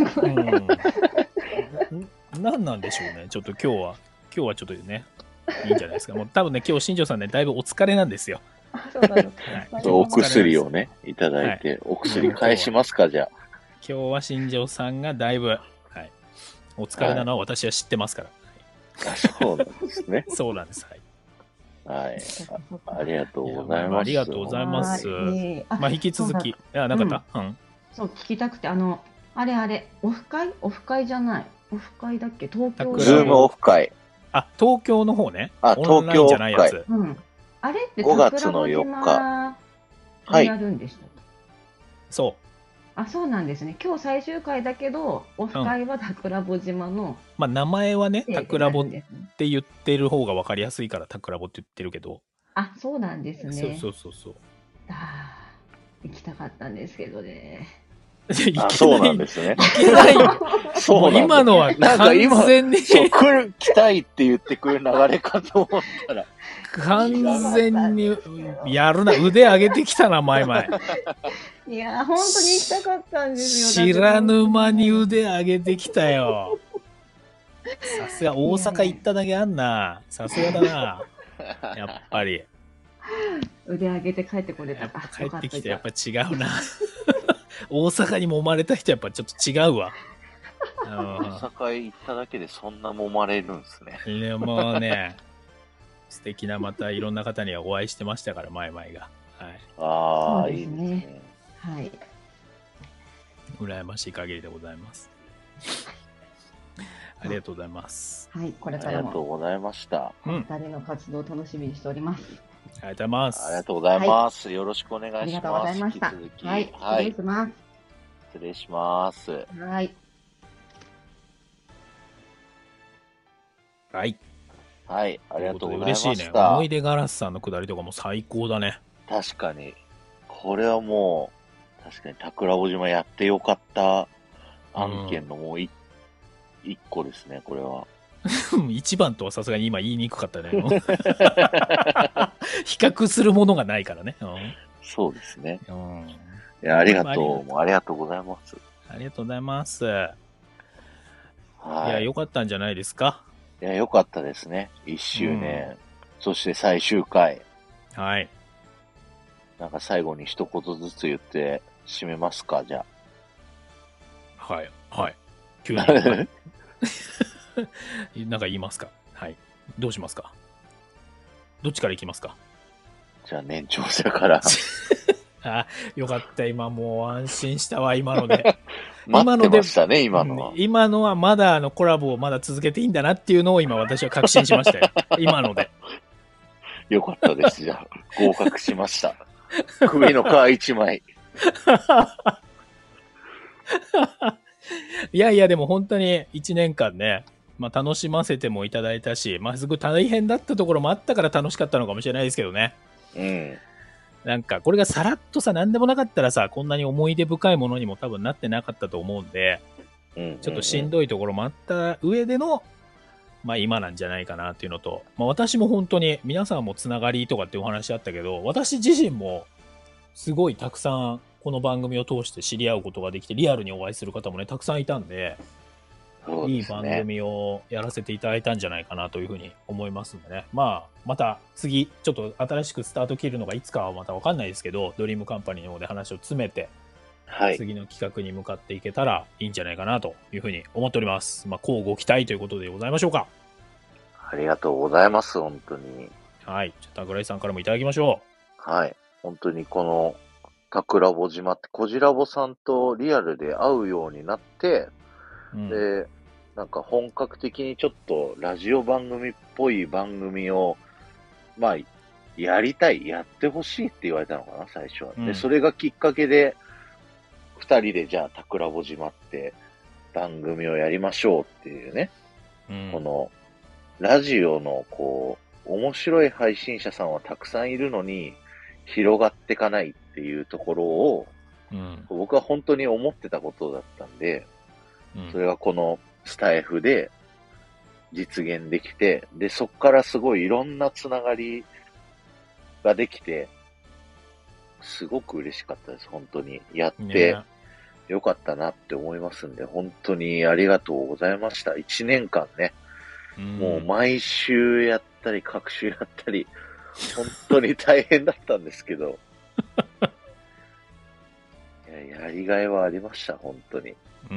何なんでしょうね。ちょっと今日はちょっとね、いいんじゃないですか。もう多分ね、今日新庄さんね、だいぶお疲れなんですよ。 お薬をね、いただいて、お薬返しますか、じゃあ。 今日は新庄さんがだいぶ、お疲れなのは私は知ってますから。 そうなんですね。 そうなんです。 はい。ありがとうございます。 ありがとうございます。まあ、引き続き。なかった？ そう、聞きたくて、あれ、オフ会じゃない。オフ会だっけ？東京。 ズームオフ会。 あ、東京の方ね。 東京オフ会。 じゃないやつ。 あれって 5月の4日。 やるんでした。 そう。 あ、そうなんですね。今日最終回だけど、オフ会は桜穂島の。 まあ、名前はね、桜穂って言ってる方が分かりやすいから、桜穂って言ってるけど。 あ、そうなんですね。 そう。 行きたかったんですけどね。 そうなんですね。 行けない。そう今のは完全に。 来たいって言ってくる流れかと思ったら。 完全にやるな。腕上げてきたな、前々。 いや、本当に行きたかったんですよ。 知らぬ間に腕上げてきたよ。さすが大阪行っただけあんな。さすがだな。やっぱり。 腕上げて帰ってこれた。 帰ってきてやっぱ違うな。大阪に揉まれた人やっぱちょっと違うわ。 大阪へ行っただけでそんな揉まれるんですね。 いや、もうね、素敵なまたいろんな方にはお会いしてましたから、前々が。 いいですね。 はい。 羨ましい限りでございます。ありがとうございます。 はい、これからも。 ありがとうございました。 二人の活動を楽しみにしております。 ありがとうございます。 ありがとうございます。よろしくお願いします。ありがとうございました。 はい、失礼します。 失礼します。 はい。 はい。 はい、ありがとうございました。 嬉しいね。思い出ガラスさんのくだりとかも最高だね。 確かに。これはもう、確かに桜穂島やってよかった案件のもう一個ですね、これは。 一番とはさすがに今言いにくかったね。比較するものがないからね。 そうですね。いや、ありがとう。ありがとうございます。 ありがとうございます。いや、よかったんじゃないですか。 いや、よかったですね。1周年。そして最終回。 はい。 なんか最後に一言ずつ言って締めますか、じゃあ。はい。急に。なんか言いますか。はい。どうしますか。どっちから行きますか。 じゃあ年長者から。 あ、よかった。今もう安心したわ、今ので。 待ってましたね、今のは。 今のはまだコラボをまだ続けていいんだなっていうのを今私は確信しましたよ。今ので。 よかったです。じゃあ、合格しました。首の皮一枚。 いやいや、でも本当に1年間ね、まあ楽しませてもいただいたし、まあすごい大変だったところもあったから楽しかったのかもしれないですけどね。なんかこれがさらっとさ、なんでもなかったらさ、こんなに思い出深いものにも多分なってなかったと思うんで、ちょっとしんどいところもあった上での、まあ今なんじゃないかなっていうのと、まあ私も本当に皆さんもつながりとかってお話あったけど、私自身もすごいたくさんこの番組を通して知り合うことができて、リアルにお会いする方もね、たくさんいたんで、いい番組をやらせていただいたんじゃないかなというふうに思いますんでね。まあ、また次、ちょっと新しくスタート切るのがいつかはまたわかんないですけど、ドリームカンパニーの方で話を詰めて、次の企画に向かっていけたらいいんじゃないかなというふうに思っております。まあ、こうご期待ということでございましょうか。 ありがとうございます、本当に。 はい。じゃあ、桜井さんからもいただきましょう。はい。本当にこの、桜穂島って、こじらぼさんとリアルで会うようになって、で、なんか本格的にちょっとラジオ番組っぽい番組を、まあ、やってほしいって言われたのかな、最初は。で、それがきっかけで、二人でじゃあ、桜穂島って番組をやりましょうっていうね、この、ラジオのこう、面白い配信者さんはたくさんいるのに、 広がっていかないっていうところを、 うん。 僕は本当に思ってたことだったんで、 うん。 それがこのスタイフで実現できて、で、そこからすごいいろんなつながりができて、すごく嬉しかったです、本当に。やってねよかったなって思いますんで、本当にありがとうございました。1年間ね、もう毎週やったり、各週やったり、本当に大変だったんですけど、やりがいはありました、本当に。 うん。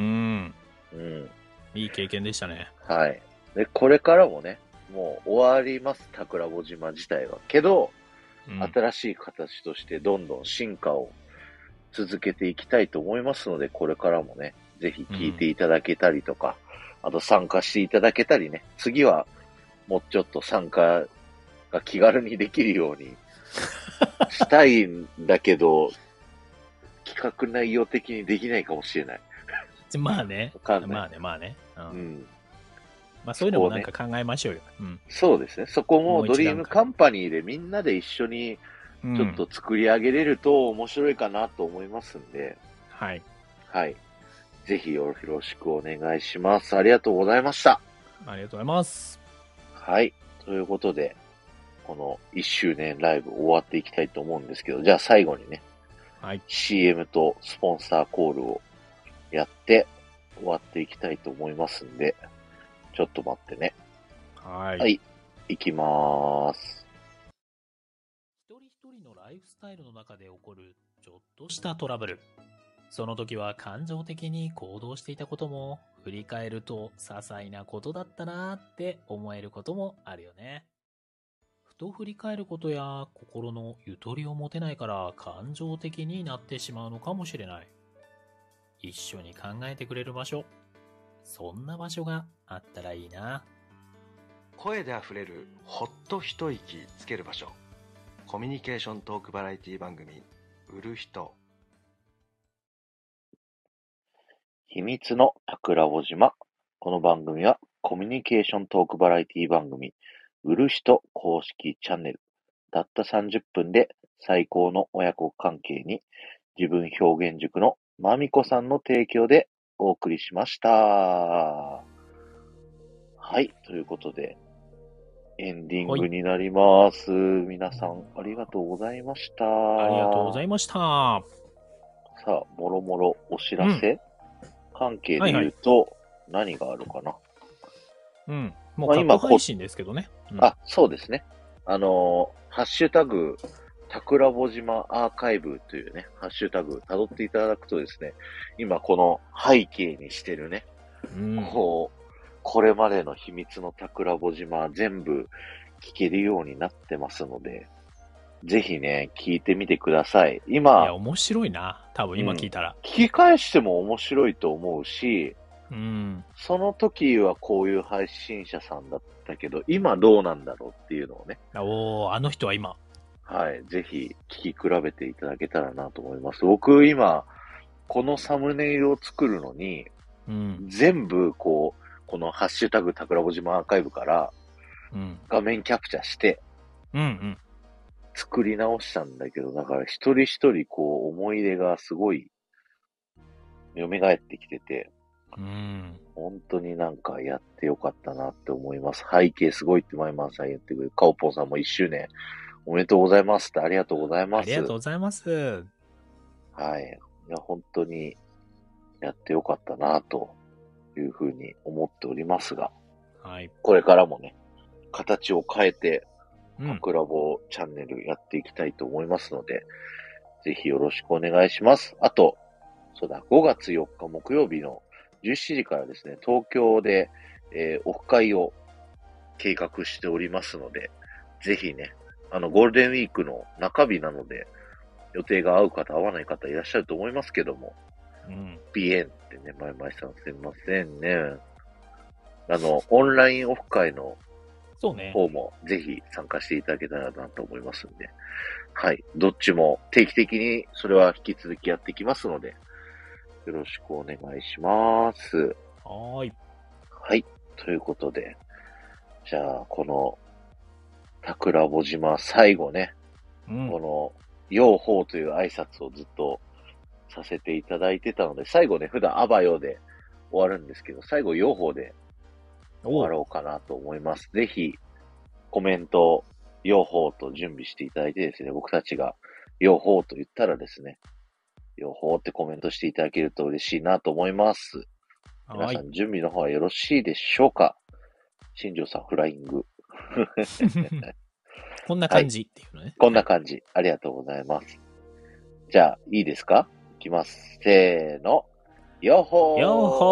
うん。 いい経験でしたね。 はい。で、これからもね、もう終わります、桜穂島自体は。けど、新しい形としてどんどん進化を続けていきたいと思いますので、これからもね、ぜひ聞いていただけたりとか、あと参加していただけたりね、次はもうちょっと参加が気軽にできるようにしたいんだけど、企画内容的にできないかもしれない。 まあね。まあね、まあね。うん。まあそういうのもなんか考えましょうよ。うん。 そうですね。そこもドリームカンパニーでみんなで一緒にちょっと作り上げれると面白いかなと思いますんで。 はい。 はい。ぜひよろしくお願いします。ありがとうございました。 ありがとうございます。 はい。ということで、この1周年ライブ終わっていきたいと思うんですけど、じゃあ最後にね、 はい、 CM とスポンサーコールをやって終わっていきたいと思いますんで、ちょっと待ってね。 はい。 はい。いきまーす。 一人一人のライフスタイルの中で起こるちょっとしたトラブル。その時は感情的に行動していたことも、振り返ると些細なことだったなーって思えることもあるよね。ふと振り返ることや心のゆとりを持てないから感情的になってしまうのかもしれない。一緒に考えてくれる場所。そんな場所があったらいいな。 声であふれるほっと一息つける場所。コミュニケーショントークバラエティ番組、売る人。 秘密の桜穂島。この番組はコミュニケーショントークバラエティ番組、売る人公式チャンネル。たった30分で最高の親子関係に、自分表現塾のまみこさんの提供でお送りしました。はい、ということで、エンディングになります。皆さん、ありがとうございました。 ありがとうございました。さあ、もろもろお知らせ、関係で言うと、何があるかな。 うん。もう過去配信ですけどね。 あ、そうですね。ハッシュタグ、桜穂島アーカイブというね、ハッシュタグ辿っていただくとですね、今この背景にしてるね、これまでの秘密の桜穂島全部聞けるようになってますので、ぜひね、聞いてみてください。今。 いや、面白いな。多分今聞いたら。 聞き返しても面白いと思うし、 その時はこういう配信者さんだったけど、今どうなんだろうっていうのをね。 あの人は今。 はい。ぜひ聞き比べていただけたらなと思います。僕今、このサムネイルを作るのに、全部このハッシュタグ桜穂島アーカイブから、画面キャプチャして、作り直したんだけど、だから一人一人思い出がすごい蘇ってきてて、本当になんかやってよかったなって思います。背景すごいってマイマンさん言ってくれる。カオポンさんも1周年おめでとうございますってありがとうございます。 ありがとうございます。 はい。いや、本当にやってよかったなというふうに思っておりますが、 はい。 これからもね、形を変えて、桜穂チャンネルやっていきたいと思いますので、ぜひよろしくお願いします。あと、そうだ、5月4日木曜日の17時からですね、東京で、オフ会を計画しておりますので、ぜひね、ゴールデンウィークの中日なので、予定が合う方、合わない方いらっしゃると思いますけども、ピエンってね、まいまいさんすいませんね。オンラインオフ会の方もぜひ参加していただけたらなと思いますんで、はい。どっちも定期的にそれは引き続きやっていきますので、よろしくお願いします。 はい。 はい。ということで、じゃあ、この、桜穂島最後ね、このようほうという挨拶をずっとさせていただいてたので、最後ね、普段あばよで終わるんですけど、最後ようほうで終わろうかなと思います。ぜひ、コメント、ようほうと準備していただいてですね、僕たちがようほうと言ったらですね、ようほうってコメントしていただけると嬉しいなと思います。皆さん準備の方はよろしいでしょうか？新庄さんフライング。 こんな感じっていうのね。 こんな感じ。ありがとうございます。じゃあ、いいですか？いきます。せーの。よっほー。 よっ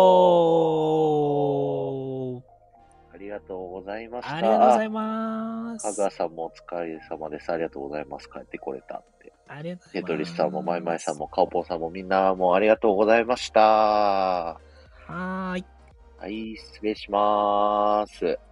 ほー。 ありがとうございました。 ありがとうございます。 かぐわさんもお疲れ様です。ありがとうございます。帰ってこれたって。 ありがとうございます。 テトリスさんもマイマイさんもカオポンさんもみんなもありがとうございました。 はーい。 はい、失礼しまーす。